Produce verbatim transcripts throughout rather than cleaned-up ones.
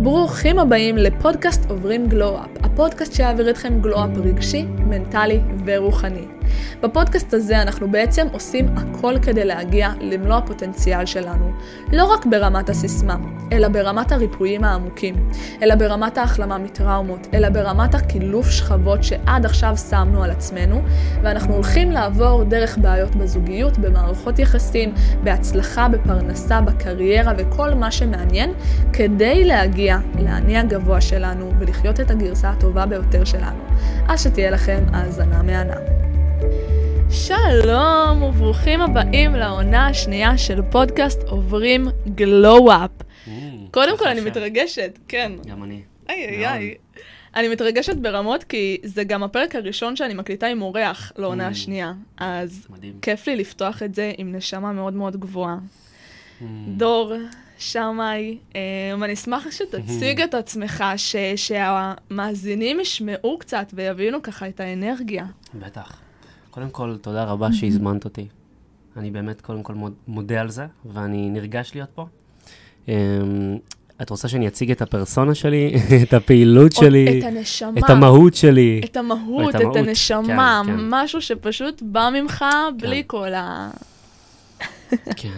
ברוכים הבאים לפודקאסט עוברים גלו-אפ, הפודקאסט שיעביר אתכם גלו-אפ רגשי, מנטלי ורוחני. בפודקאסט הזה אנחנו בעצם עושים הכל כדי להגיע למלוא הפוטנציאל שלנו, לא רק ברמת הסיסמה, אלא ברמת הריפויים העמוקים, אלא ברמת ההחלמה מטראומות, אלא ברמת הקילוף שכבות שעד עכשיו שמנו על עצמנו, ואנחנו הולכים לעבור דרך בעיות בזוגיות, במערכות יחסים, בהצלחה, בפרנסה, בקריירה וכל מה שמעניין, כדי להגיע לעני הגבוה שלנו ולחיות את הגרסה הטובה ביותר שלנו. אז שתהיה לכם האזנה מהנה. שלום וברוכים הבאים לעונה השנייה של פודקאסט עוברים גלו-אפ. קודם כל אני מתרגשת, כן. גם אני. איי איי איי. אני מתרגשת ברמות כי זה גם הפרק הראשון שאני מקליטה עם אורח לעונה השנייה. אז כיף לי לפתוח את זה עם נשמה מאוד מאוד גבוהה. דור, שמאי, אני אשמח שתציג את עצמך, שהמאזינים ישמעו קצת ויבינו ככה את האנרגיה. בטח. קודם כל, תודה רבה שהזמנת אותי. אני באמת קודם כל מודה על זה, ואני נרגש להיות פה. את רוצה שאני אציג את הפרסונה שלי, את הפעילות שלי, את הנשמה, את המהות שלי. את המהות, את הנשמה, משהו שפשוט בא ממך בלי כל ה... כן.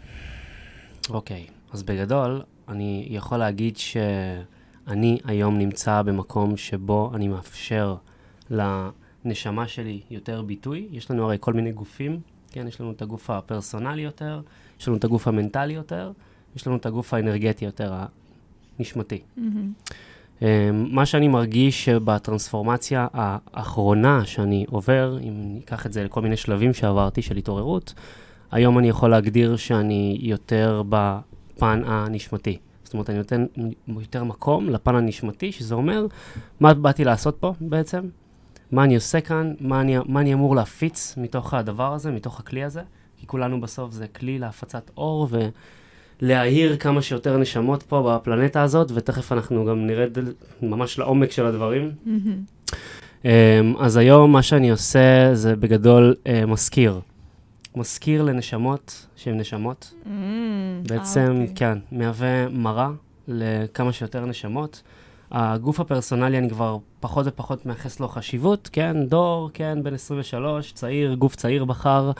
אוקיי, אז בגדול, אני יכול להגיד שאני היום נמצא במקום שבו אני מאפשר לנשמה שלי יותר ביטוי. יש לנו הרי כל מיני גופים, כן? יש לנו את הגוף הפרסונלי יותר, יש לנו את הגוף המנטלי יותר, יש לנו את הגוף האנרגטי יותר, הנשמתי. Mm-hmm. מה שאני מרגיש שבטרנספורמציה האחרונה שאני עובר, אם ניקח את זה לכל מיני שלבים שעברתי של התעוררות, היום אני יכול להגדיר שאני יותר בפן הנשמתי. זאת אומרת, אני נותן יותר מקום לפן הנשמתי, שזה אומר, מה באתי לעשות פה בעצם? מה אני עושה כאן? מה אני, מה אני אמור להפיץ מתוך הדבר הזה, מתוך הכלי הזה? כי כולנו בסוף זה כלי להפצת אור ולהאיר כמה שיותר נשמות פה בפלנטה הזאת, ותכף אנחנו גם נרד ממש לעומק של הדברים. Mm-hmm. אז היום מה שאני עושה זה בגדול מזכיר. מזכיר לנשמות שהן נשמות. Mm, בעצם, okay. כן, מהווה מראה לכמה שיותר נשמות. הגוף הפרסונלי אני כבר פחות ופחות מייחס לו חשיבות, כן, דור, כן, בן עשרים ושלוש, צעיר, גוף צעיר בחר,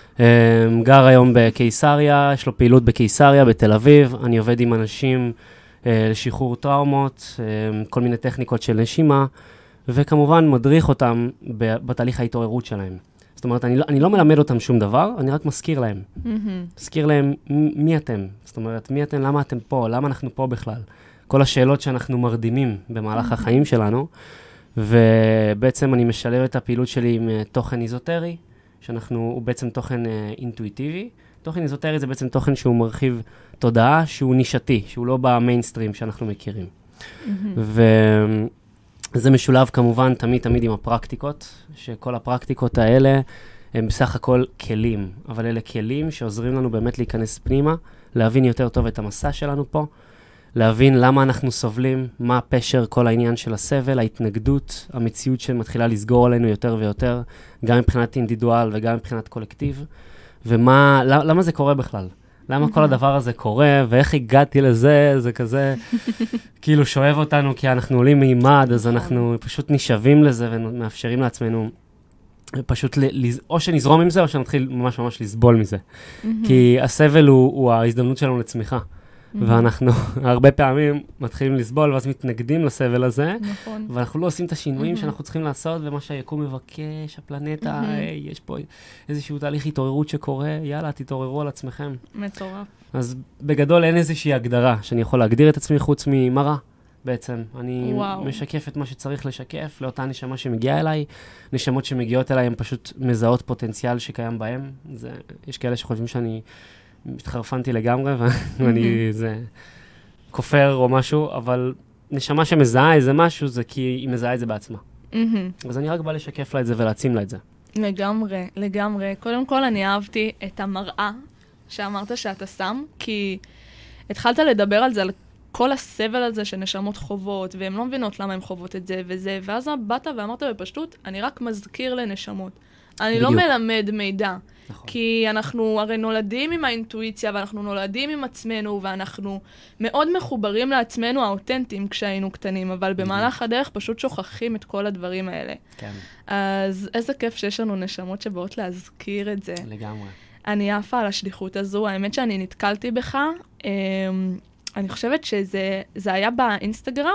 גר היום בקיסריה, יש לו פעילות בקיסריה, בתל אביב, אני עובד עם אנשים לשחרור טראומות, כל מיני טכניקות של נשימה, וכמובן מדריך אותם בתהליך ההתעוררות שלהם. זאת אומרת, אני לא, אני לא מלמד אותם שום דבר, אני רק מזכיר להם. Mm-hmm. מזכיר להם מי אתם. זאת אומרת, מי אתם, למה אתם פה, למה אנחנו פה בכלל. כל השאלות שאנחנו מרדימים במהלך mm-hmm. החיים שלנו, ובעצם אני משלב את הפעילות שלי עם תוכן איזוטרי, שאנחנו, הוא בעצם תוכן אה, אינטואיטיבי. תוכן איזוטרי זה בעצם תוכן שהוא מרחיב תודעה, שהוא נישתי, שהוא לא במיינסטרים שאנחנו מכירים. Mm-hmm. ו... זה משולב כמובן תמיד תמיד עם הפרקטיקות, שכל הפרקטיקות האלה הם בסך הכל כלים, אבל אלה כלים שעוזרים לנו באמת להיכנס פנימה, להבין יותר טוב את המסע שלנו פה, להבין למה אנחנו סובלים, מה הפשר, כל העניין של הסבל, ההתנגדות, המציאות שמתחילה לסגור עלינו יותר ויותר, גם מבחינת אינדיבידואל וגם מבחינת קולקטיב, ומה, למה זה קורה בכלל? למה כל הדבר הזה קורה, ואיך הגעתי לזה, זה כזה, כאילו שואב אותנו, כי אנחנו עולים מימד, אז אנחנו פשוט נשאבים לזה, ומאפשרים לעצמנו, פשוט, או שנזרום עם זה, או שנתחיל ממש ממש לסבול מזה. כי הסבל הוא ההזדמנות שלנו לצמיחה. ואנחנו הרבה פעמים מתחילים לסבול, ואז מתנגדים לסבל הזה, ואנחנו לא עושים את השינויים שאנחנו צריכים לעשות, ומה שהיקום מבקש, הפלנטה, יש פה איזשהו תהליך התעוררות שקורה, יאללה, תתעוררו על עצמכם. מטורף. אז בגדול אין איזושהי הגדרה שאני יכול להגדיר את עצמי חוץ ממראה, בעצם. אני משקף את מה שצריך לשקף לאותה נשמה שמגיעה אליי. נשמות שמגיעות אליי הן פשוט מזהות פוטנציאל שקיים בהם. יש כאלה שחושבים שאני התחרפנתי לגמרי, ואני זה כופר או משהו, אבל נשמה שמזהה איזה משהו, זה כי היא מזהה את זה בעצמה. אז אני רק בא לשקף לה את זה ולהצים לה את זה. לגמרי, לגמרי. קודם כל אני אהבתי את המראה שאמרת שאתה שם, כי התחלת לדבר על זה, על כל הסבל הזה שנשמות חובות, והן לא מבינות למה הן חוות את זה וזה, ואז באת ואמרת בפשטות, אני רק מזכיר לנשמות. אני לא מלמד מידע. כי אנחנו הרי נולדים עם האינטואיציה, ואנחנו נולדים עם עצמנו, ואנחנו מאוד מחוברים לעצמנו האותנטיים כשהיינו קטנים, אבל במהלך הדרך פשוט שוכחים את כל הדברים האלה. כן. אז איזה כיף שיש לנו נשמות שבאות להזכיר את זה. לגמרי. אני עפה על השליחות הזו, האמת שאני נתקלתי בך, אני חושבת שזה היה באינסטגרם,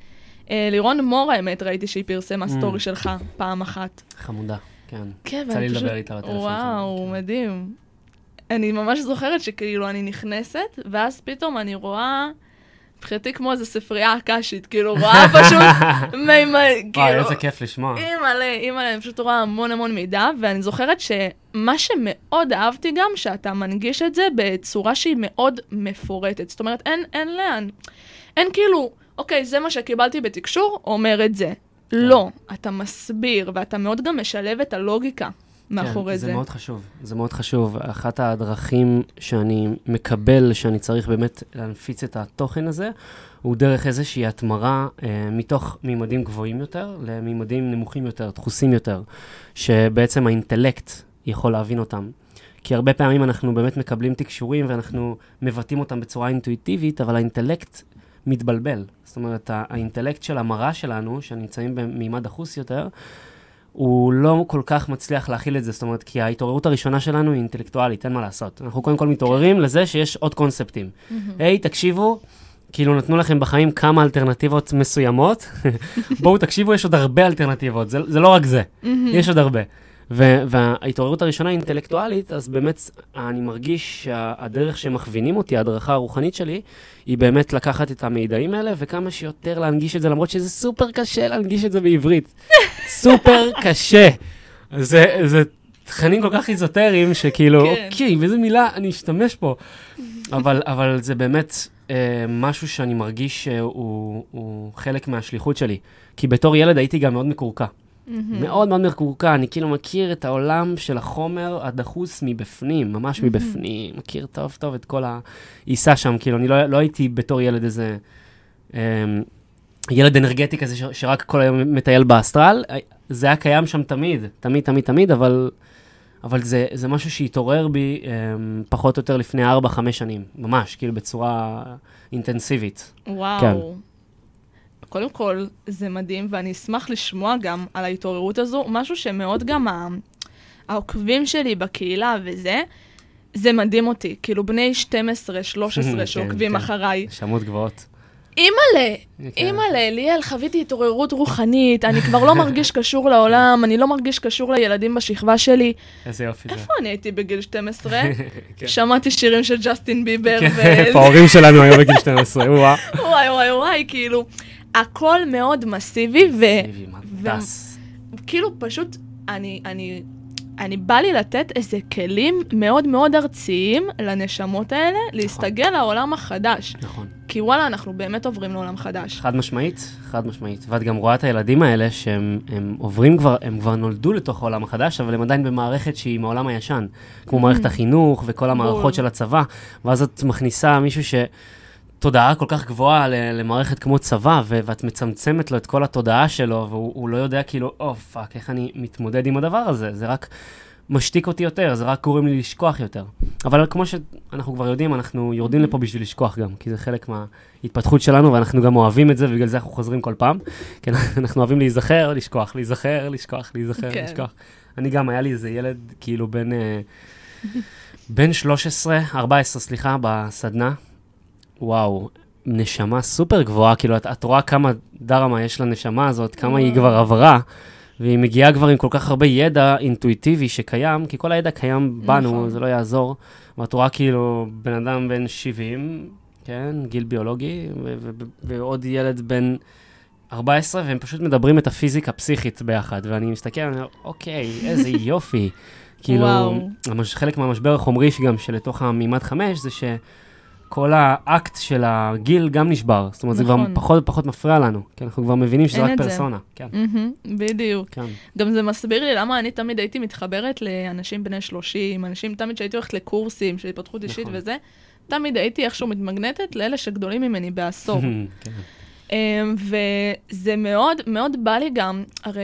לירון מור האמת, ראיתי שהיא פרסמה סטורי שלך פעם אחת. חמודה. כן, כן, יצא לי לדבר איתה בטלפון. וואו, כן. מדהים. אני ממש זוכרת שכאילו אני נכנסת, ואז פתאום אני רואה, מבחינתי כמו איזו ספרייה הקשית, כאילו רואה פשוט מימד, כאילו... וואי, איזה כיף לשמוע. אימא'לה, אימא'לה, אני פשוט רואה המון המון מידע, ואני זוכרת שמה שמאוד אהבתי גם, שאתה מנגיש את זה בצורה שהיא מאוד מפורטת. זאת אומרת, אין, אין לאן. אין כאילו, אוקיי, זה מה שקיבלתי בתקשור, אומר את זה. לא, אתה מסביר, ואתה מאוד גם משלב את הלוגיקה מאחורי זה. זה מאוד חשוב, זה מאוד חשוב. אחת הדרכים שאני מקבל, שאני צריך באמת להנפיץ את התוכן הזה, הוא דרך איזושהי התמרה אה, מתוך מימדים גבוהים יותר, למימדים נמוכים יותר, דחוסים יותר, שבעצם האינטלקט יכול להבין אותם. כי הרבה פעמים אנחנו באמת מקבלים תקשורים, ואנחנו מבטאים אותם בצורה אינטואיטיבית, אבל האינטלקט מתבלבל. זאת אומרת, האינטלקט של המראה שלנו, שנמצאים במימד דחוס יותר, הוא לא כל כך מצליח להכיל את זה. זאת אומרת, כי ההתעוררות הראשונה שלנו היא אינטלקטואלית, אין מה לעשות. אנחנו קודם כל מתעוררים לזה שיש עוד קונספטים. היי, תקשיבו, כאילו נתנו לכם בחיים כמה אלטרנטיבות מסוימות. בואו תקשיבו, יש עוד הרבה אלטרנטיבות. זה, זה לא רק זה. יש עוד הרבה. וההתעוררות הראשונה היא אינטלקטואלית, אז באמת אני מרגיש שהדרך שמכווינים אותי, ההדרכה הרוחנית שלי, היא באמת לקחת את המידעים האלה, וכמה שיותר להנגיש את זה, למרות שזה סופר קשה להנגיש את זה בעברית. סופר קשה. זה, זה תכנים כל כך איזוטריים, שכאילו, אוקיי, באיזה מילה אני אשתמש פה. אבל, אבל זה באמת אה, משהו שאני מרגיש שהוא הוא חלק מהשליחות שלי. כי בתור ילד הייתי גם מאוד מקורקע. מאוד מאוד מקורקע, אני כאילו מכיר את העולם של החומר הדחוס מבפנים, ממש מבפנים, מכיר טוב טוב את כל העיסה שם, כאילו אני לא, לא הייתי בתור ילד איזה, ילד אנרגטי כזה ש, שרק כל היום מטייל באסטרל, זה היה קיים שם תמיד, תמיד, תמיד, תמיד, אבל, אבל זה, זה משהו שהתעורר בי פחות או יותר לפני ארבע, חמש שנים, ממש, כאילו בצורה אינטנסיבית. וואו. כן. קודם כל, זה מדהים, ואני אשמח לשמוע גם על ההתעוררות הזו, משהו שמאוד גם העוקבים שלי בקהילה וזה, זה מדהים אותי, כאילו בני שתים עשרה שלוש עשרה שעוקבים אחריי. שמות גבוהות. אימא'לה, אימא'לה, ליאל, חוויתי התעוררות רוחנית, אני כבר לא מרגיש קשור לעולם, אני לא מרגיש קשור לילדים בשכבה שלי. איזה יופי זה. איפה אני הייתי בגיל שתים עשרה? שמעתי שירים של ג'סטין ביבר. איפה ההורים שלנו היו בגיל שתים עשרה, וואי. וואי וואי וואי, כאילו... הכל מאוד מסיבי, ו... כאילו פשוט, אני, אני, אני בא לי לתת איזה כלים מאוד מאוד ארציים לנשמות האלה, להסתגל לעולם החדש. נכון. כי וואלה, אנחנו באמת עוברים לעולם חדש. חד משמעית, חד משמעית. ואת גם רואה את הילדים האלה שהם הם עוברים כבר, הם כבר נולדו לתוך העולם החדש, אבל הם עדיין במערכת שהיא מעולם הישן, כמו מערכת החינוך וכל המערכות של הצבא, ואז את מכניסה מישהו ש... תודעה כל כך גבוהה למערכת כמו צבא, ואת מצמצמת לו את כל התודעה שלו, והוא לא יודע כאילו, או פאק, איך אני מתמודד עם הדבר הזה? זה רק משתיק אותי יותר, זה רק גורם לי לשכוח יותר. אבל כמו שאנחנו כבר יודעים, אנחנו יורדים לפה בשביל לשכוח גם, כי זה חלק מההתפתחות שלנו, ואנחנו גם אוהבים את זה, ובגלל זה אנחנו חוזרים כל פעם. כן, אנחנו אוהבים להיזכר, לשכוח, להיזכר, לשכוח, להיזכר, לשכוח. אני גם, היה לי איזה ילד, כאילו, בין, בין שלוש עשרה, ארבע עשרה, סליחה, בסדנה. וואו, נשמה סופר גבוהה, כאילו, את, את רואה כמה דרמה יש לנשמה הזאת, כמה היא כבר עברה, והיא מגיעה כבר עם כל כך הרבה ידע אינטואיטיבי שקיים, כי כל הידע קיים בנו, נכון. זה לא יעזור, ואת רואה כאילו בן אדם בן שבעים, כן, גיל ביולוגי, ו- ו- ועוד ילד בן ארבע עשרה, והם פשוט מדברים את הפיזיקה הפסיכית ביחד, ואני מסתכל, אני אומר, אוקיי, איזה יופי. כאילו, המש, חלק מהמשבר החומרי שגם שלתוך המימד חמש, זה ש... כל האקט של הגיל גם נשבר. זאת אומרת, זה כבר פחות ופחות מפריע לנו. כי אנחנו כבר מבינים שזה רק פרסונה. בדיוק. גם זה מסביר לי למה אני תמיד הייתי מתחברת לאנשים בני שלושים, אנשים תמיד שהייתי הולכת לקורסים של התפתחות אישית וזה, תמיד הייתי איכשהו מתמגנטת לאלה שגדולים ממני בעשור. וזה מאוד, מאוד בא לי גם, הרי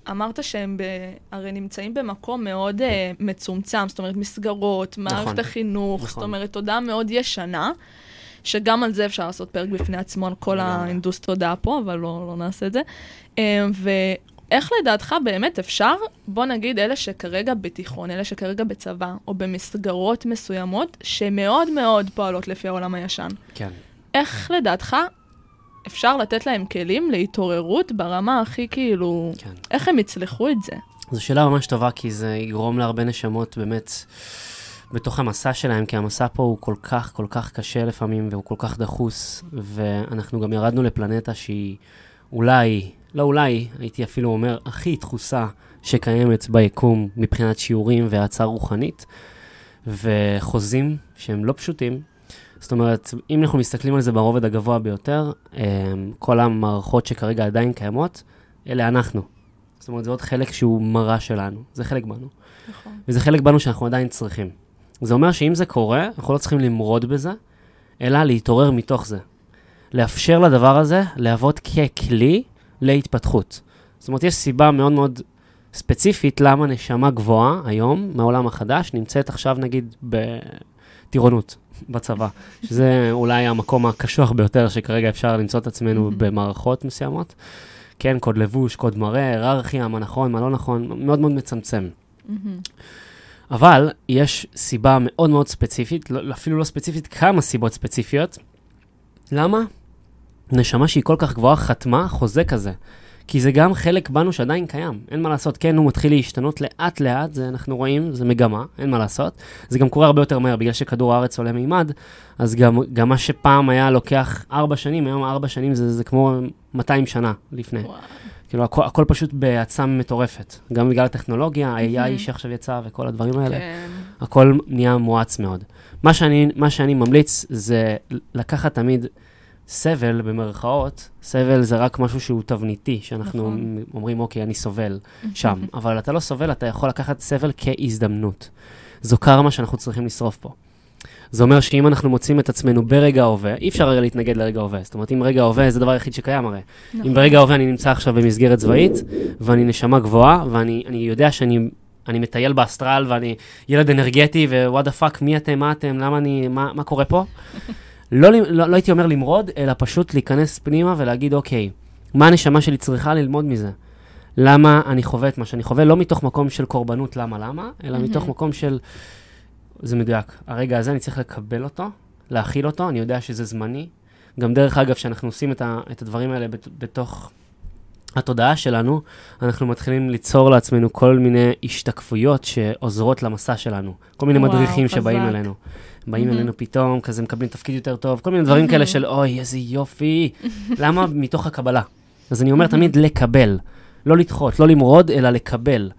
אמרת שהם ב... הרי נמצאים במקום מאוד uh, מצומצם, זאת אומרת, מסגרות, מערכת נכון. החינוך, נכון. זאת אומרת, תודעה מאוד ישנה, שגם על זה אפשר לעשות פרק בפני עצמו, על כל האינדוס תודעה פה, אבל לא, לא נעשה את זה. Uh, ואיך לדעתך באמת אפשר, בוא נגיד, אלה שכרגע בתיכון, אלה שכרגע בצבא, או במסגרות מסוימות, שמאוד מאוד פועלות לפי העולם הישן. כן. איך לדעתך אפשר לתת להם כלים להתעוררות ברמה הכי כאילו, כן. איך הם יצלחו את זה? זו שאלה ממש טובה, כי זה יגרום להרבה נשמות באמת בתוך המסע שלהם, כי המסע פה הוא כל כך, כל כך קשה לפעמים, והוא כל כך דחוס, ואנחנו גם ירדנו לפלנטה שהיא אולי, לא אולי, הייתי אפילו אומר, הכי דחוסה שקיימת ביקום מבחינת שיעורים והצעה רוחנית, וחוזים שהם לא פשוטים. זאת אומרת, אם אנחנו מסתכלים על זה ברובד הגבוה ביותר, כל המערכות שכרגע עדיין קיימות, אלה אנחנו. זאת אומרת, זה עוד חלק שהוא מראה שלנו. זה חלק בנו. נכון. וזה חלק בנו שאנחנו עדיין צריכים. זה אומר שאם זה קורה, אנחנו לא צריכים למרוד בזה, אלא להתעורר מתוך זה. לאפשר לדבר הזה לעבוד ככלי להתפתחות. זאת אומרת, יש סיבה מאוד מאוד ספציפית למה נשמה גבוהה היום, מהעולם החדש, נמצאת עכשיו נגיד בטירונות. בצבא, שזה אולי המקום הקשוח ביותר שכרגע אפשר למצוא את עצמנו במערכות מסוימות. כן, קוד לבוש, קוד מראה, היררכיה, מה נכון, מה לא נכון, מאוד מאוד מצמצם. אבל יש סיבה מאוד מאוד ספציפית, אפילו לא ספציפית, כמה סיבות ספציפיות. למה? נשמה שהיא כל כך גבוהה חתמה חוזה כזה. כי זה גם חלק בנו שעדיין קיים. אין מה לעשות. כן, הוא מתחיל להשתנות לאט לאט, זה אנחנו רואים, זה מגמה, אין מה לעשות. זה גם קורה הרבה יותר מהר, בגלל שכדור הארץ עולה מימד, אז גם, גם מה שפעם היה לוקח ארבע שנים, היום ארבע שנים זה, זה כמו מאתיים שנה לפני. וואו. כאילו, הכל, הכל פשוט בעצה מטורפת. גם בגלל הטכנולוגיה, ה-איי איי שעכשיו יצא וכל הדברים האלה. כן. הכל נהיה מואץ מאוד. מה שאני, מה שאני ממליץ זה לקחת תמיד סבל במרכאות, סבל זה רק משהו שהוא תבניתי, שאנחנו נכון. אומרים, אוקיי, אני סובל שם. אבל אתה לא סובל, אתה יכול לקחת סבל כהזדמנות. זו קרמה שאנחנו צריכים לשרוף פה. זה אומר שאם אנחנו מוצאים את עצמנו ברגע ההווה, אי אפשר רגע להתנגד לרגע ההווה. זאת אומרת, אם רגע ההווה זה דבר היחיד שקיים הרי. נכון. אם ברגע ההווה אני נמצא עכשיו במסגרת צבאית, ואני נשמה גבוהה, ואני אני יודע שאני אני מטייל באסטרל, ואני ילד אנרגטי, ו-what the fuck, מי אתם, מה אתם, למה אני, מה, מה קורה פה? לא, לא, לא הייתי אומר למרוד, אלא פשוט להיכנס פנימה ולהגיד, אוקיי, מה הנשמה שלי צריכה ללמוד מזה? למה אני חווה את מה שאני חווה? לא מתוך מקום של קורבנות, למה, למה? אלא mm-hmm. מתוך מקום של, זה מדויק, הרגע הזה אני צריך לקבל אותו, להכיל אותו, אני יודע שזה זמני. גם דרך אגב, שאנחנו עושים את, ה, את הדברים האלה בת, בתוך התודעה שלנו, אנחנו מתחילים ליצור לעצמנו כל מיני השתקפויות שעוזרות למסע שלנו. כל מיני וואו, מדריכים חזק. שבאים אלינו. באים mm-hmm. אלינו פתאום, כזה מקבלים תפקיד יותר טוב, כל מיני דברים mm-hmm. כאלה של, אוי, איזה יופי. למה? מתוך הקבלה. אז אני אומר mm-hmm. תמיד לקבל, לא לדחות, לא למרוד, אלא לקבל.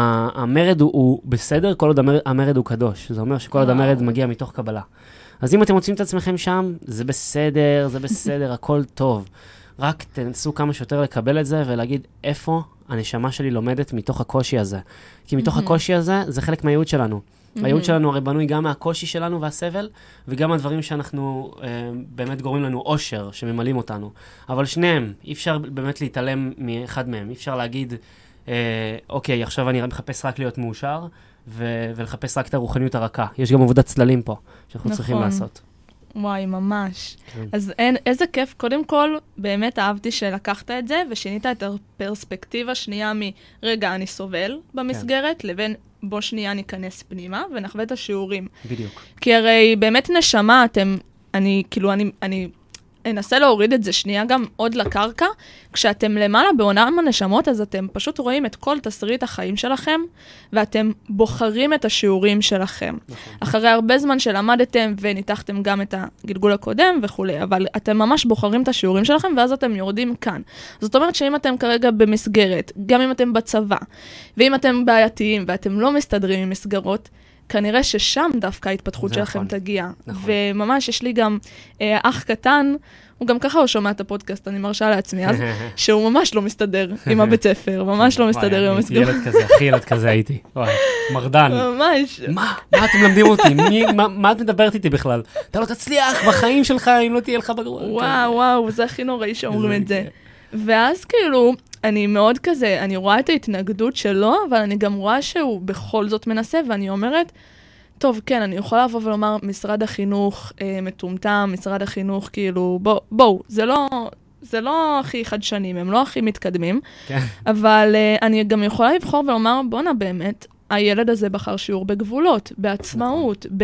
המרד הוא, הוא בסדר, כל עוד המרד, המרד הוא קדוש. זה אומר שכל עוד המרד מגיע מתוך קבלה. אז אם אתם מוצאים את עצמכם שם, זה בסדר, זה בסדר, הכל טוב. רק תנסו כמה שיותר לקבל את זה ולהגיד איפה הנשמה שלי לומדת מתוך הקושי הזה. כי מתוך הקושי הזה, זה חלק מהייעוד שלנו. הייעוד שלנו הרי בנוי גם מהקושי שלנו והסבל, וגם הדברים שאנחנו אה, באמת גורמים לנו אושר, שממלאים אותנו. אבל שניהם, אי אפשר באמת להתעלם מאחד מהם. אי אפשר להגיד, אה, אוקיי, עכשיו אני מחפש רק להיות מאושר, ו- ולחפש רק את הרוחניות הרכה. יש גם עבודת צללים פה, שאנחנו נכון. צריכים לעשות. וואי, ממש. כן. אז אין, איזה כיף. קודם כל, באמת אהבתי שלקחת את זה, ושינית את הפרספקטיבה שנייה מרגע אני סובל במסגרת, כן. לבין בוא שנייה ניכנס פנימה, ונחווה את השיעורים. בדיוק. כי הרי באמת נשמה, אתם, אני, כאילו, אני, אני אנסה להוריד את זה שנייה גם עוד לקרקע, כשאתם למעלה בעולם הנשמות, אז אתם פשוט רואים את כל תסריט החיים שלכם, ואתם בוחרים את השיעורים שלכם. נכון. אחרי הרבה זמן שלמדתם וניתחתם גם את הגלגול הקודם וכו', אבל אתם ממש בוחרים את השיעורים שלכם, ואז אתם יורדים כאן. זאת אומרת שאם אתם כרגע במסגרת, גם אם אתם בצבא, ואם אתם בעייתיים ואתם לא מסתדרים עם מסגרות, כנראה ששם דווקא ההתפתחות שלכם נכון. תגיע. נכון. וממש יש לי גם אה, אח קטן, הוא גם ככה הוא שומע את הפודקאסט, אני מרשה לעצמי, אז שהוא ממש לא מסתדר עם הבית ספר, ממש לא מסתדר עם המסגר. ילד כזה, הכי ילד כזה הייתי. מרדן. ממש. מה? מה אתם למדים אותי? מה את מדברת איתי בכלל? אתה לא תצליח בחיים שלך אם לא תהיה לך בגרוע. וואו, וואו, זה הכי נוראי שאומרים את זה. ואז כאילו, אני מאוד כזה, אני רואה את ההתנגדות שלו, אבל אני גם רואה שהוא בכל זאת מנסה, ואני אומרת, טוב, כן, אני יכולה לבוא ולומר, משרד החינוך אה, מטומטם, משרד החינוך, כאילו, בואו, בוא, זה לא, זה לא הכי חדשנים, הם לא הכי מתקדמים, כן. אבל אה, אני גם יכולה לבחור ולומר, בוא'נה, באמת, הילד הזה בחר שיעור בגבולות, בעצמאות, ב,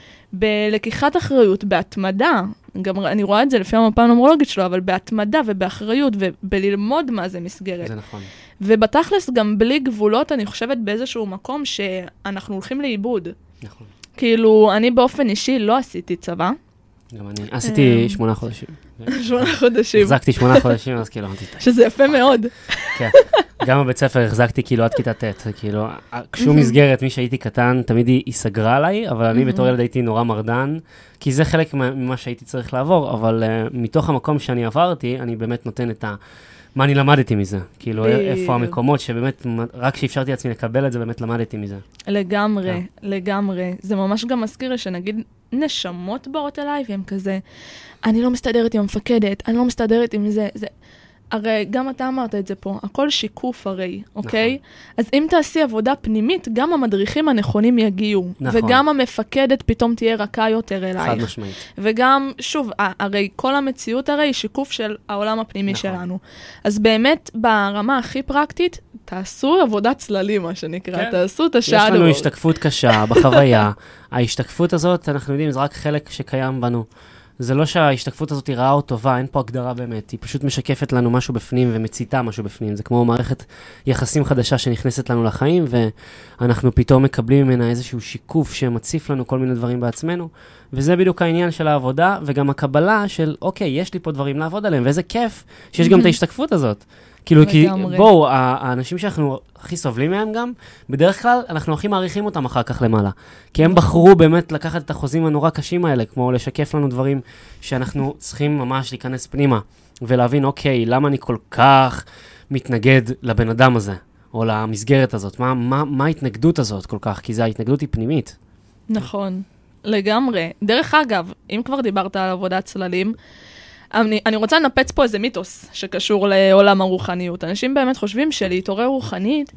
בלקיחת אחריות, בהתמדה. גם אני רואה את זה לפי המפה הנומרולוגית שלו, אבל בהתמדה ובאחריות ובללמוד מה זה מסגרת. זה נכון. ובתכלס גם בלי גבולות, אני חושבת באיזשהו מקום שאנחנו הולכים לאיבוד. נכון. כאילו, אני באופן אישי לא עשיתי צבא. גם אני עשיתי שמונה חודשים. שמונה חודשים. החזקתי שמונה חודשים, אז כאילו, אמרתי, שזה יפה מאוד. כן. גם בבית ספר החזקתי כאילו עד כיתה ט', כאילו, שום מסגרת, מי שהייתי קטן, תמיד היא סגרה עליי, אבל אני בתור ילד הייתי נורא מרדן, כי זה חלק ממה שהייתי צריך לעבור, אבל מתוך המקום שאני עברתי, אני באמת נותן את ה... מה אני למדתי מזה? כאילו, איפה המקומות שבאמת, רק שאפשרתי לעצמי לקבל את זה, באמת למדתי מזה. לגמרי, לגמרי. זה ממש גם מזכיר שנגיד נשמות באות אליי, והם כזה, אני לא מסתדרת עם המפקדת, אני לא מסתדרת עם זה, זה... הרי גם אתה אמרת את זה פה, הכל שיקוף הרי, אוקיי? אז אם תעשי עבודה פנימית, גם המדריכים הנכונים יגיעו. נכון. וגם המפקדת פתאום תהיה רכה יותר אלייך. חד משמעית. וגם, שוב, הרי כל המציאות הרי היא שיקוף של העולם הפנימי נכון. שלנו. אז באמת, ברמה הכי פרקטית, תעשו עבודת צללים, מה שנקרא. כן. תעשו את השעה. יש לנו השתקפות קשה בחוויה. ההשתקפות הזאת, אנחנו יודעים, זה רק חלק שקיים בנו. זה לא שההשתקפות הזאת היא רעה או טובה, אין פה הגדרה באמת, היא פשוט משקפת לנו משהו בפנים ומציתה משהו בפנים, זה כמו מערכת יחסים חדשה שנכנסת לנו לחיים, ואנחנו פתאום מקבלים ממנה איזשהו שיקוף שמציף לנו כל מיני דברים בעצמנו, וזה בדיוק העניין של העבודה, וגם הקבלה של, אוקיי, יש לי פה דברים לעבוד עליהם, ואיזה כיף שיש גם את ההשתקפות הזאת. כאילו, כי בואו, האנשים שאנחנו הכי סובלים מהם גם, בדרך כלל אנחנו הכי מעריכים אותם אחר כך למעלה. כי הם בחרו באמת לקחת את החוזים הנורא קשים האלה, כמו לשקף לנו דברים שאנחנו צריכים ממש להיכנס פנימה, ולהבין, אוקיי, למה אני כל כך מתנגד לבן אדם הזה, או למסגרת הזאת? מה, מה, מה ההתנגדות הזאת כל כך? כי זה ההתנגדות היא פנימית. נכון, לגמרי. דרך אגב, אם כבר דיברת על עבודת צללים, אני, אני רוצה לנפץ פה איזה מיתוס שקשור לעולם הרוחניות. אנשים באמת חושבים שלהתעורר רוחנית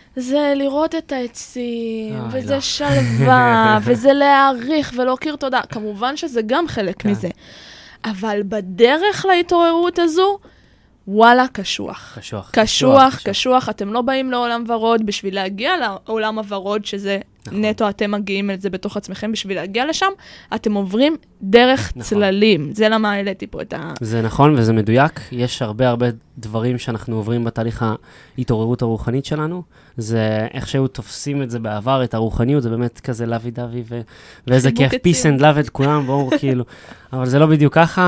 זה לראות את העצים, אה, וזה לא. שלווה, וזה להעריך ולהכיר תודה. כמובן שזה גם חלק כן. מזה. אבל בדרך להתעוררות הזו, וואלה, קשוח. קשוח. קשוח, קשוח. קשוח. אתם לא באים לעולם ורוד בשביל להגיע לעולם הוורוד, שזה נכון. נטו, אתם מגיעים את זה בתוך עצמכם בשביל להגיע לשם, אתם עוברים דרך נכון. צללים. זה למה העליתי פה את ה... זה נכון וזה מדויק. יש הרבה הרבה דברים שאנחנו עוברים בתהליך ההתעוררות הרוחנית שלנו. זה איך שהיו תופסים את זה בעבר, את הרוחניות, זה באמת כזה לוי דווי, ו... ואיזה כיף, peace and love את כולם, בואו כאילו. אבל זה לא בדיוק ככה.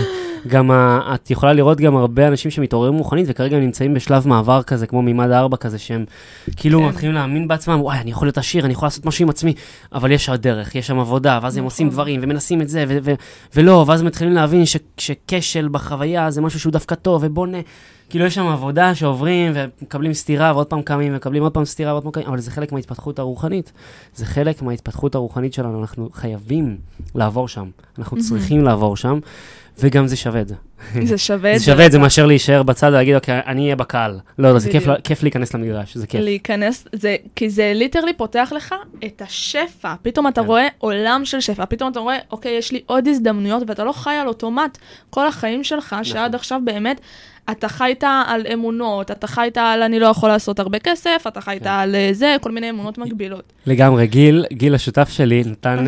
גם ה... את יכולה לראות גם הרבה אנשים שמתעוררים רוחנית, וכרגע הם נמצאים בשלב מעבר כזה, כמו מימד הארבע כזה, שהם כאילו כן. מתחילים להאמין בעצמם, וואי, אני יכול להיות עשיר, אני יכול לעשות משהו עם עצמי, אבל יש הדרך, יש שם עבודה, ואז הם עושים דברים, ומנסים את זה, ו- ו- ולא, ואז הם מתחילים להבין ש- שכשל בחוויה זה משהו שהוא דווקא טוב, ובונה, כאילו יש שם עבודה שעוברים, ומקבלים סתירה, ועוד פעם קמים, ומקבלים עוד פעם סתירה, ועוד פעם קמים, אבל זה חלק מההתפתחות הרוחנית, זה חלק מההתפתחות הרוחנית שלנו, אנחנו חייבים לעבור שם, אנחנו צריכים לעבור שם, וגם זה שווה את זה. זה שווה את זה. זה שווה את זה מאשר להישאר בצד ולהגיד, אוקיי, אני אהיה בקהל. לא, לא, זה כיף להיכנס למגרש, זה כיף. להיכנס, כי זה ליטרלי פותח לך את השפע. פתאום אתה רואה עולם של שפע, פתאום אתה רואה, אוקיי, יש לי עוד הזדמנויות, ואתה לא חי על אוטומט כל החיים שלך, שעד עכשיו באמת, אתה חיית על אמונות, אתה חיית על אני לא יכול לעשות הרבה כסף, אתה חיית על זה, כל מיני אמונות מגבילות. לגמרי, גיל, גיל השותף שלי נתן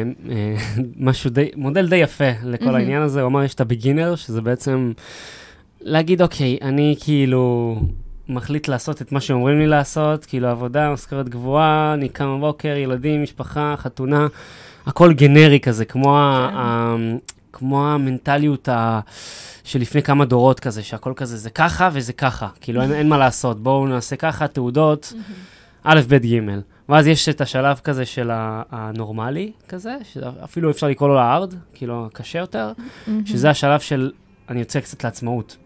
משהו די, מודל די יפה לכל העניין הזה, הוא אמר, יש את הבגינר, שזה בעצם להגיד, אוקיי, אני כאילו מחליט לעשות את מה שאומרים לי לעשות, כאילו עבודה, משכורת גבוהה, אני קם בבוקר, ילדים, משפחה, חתונה, הכל גנרי כזה, כמו ה... כמו המנטליות ה... שלפני כמה דורות כזה, שהכל כזה זה ככה וזה ככה, כאילו אין, אין מה לעשות, בואו נעשה ככה, תעודות, א', ב', ג', ואז יש את השלב כזה של הנורמלי כזה, שאפילו אפשר לקרוא לו הארד, כאילו קשה יותר, שזה השלב של, אני יוצא קצת לעצמאות.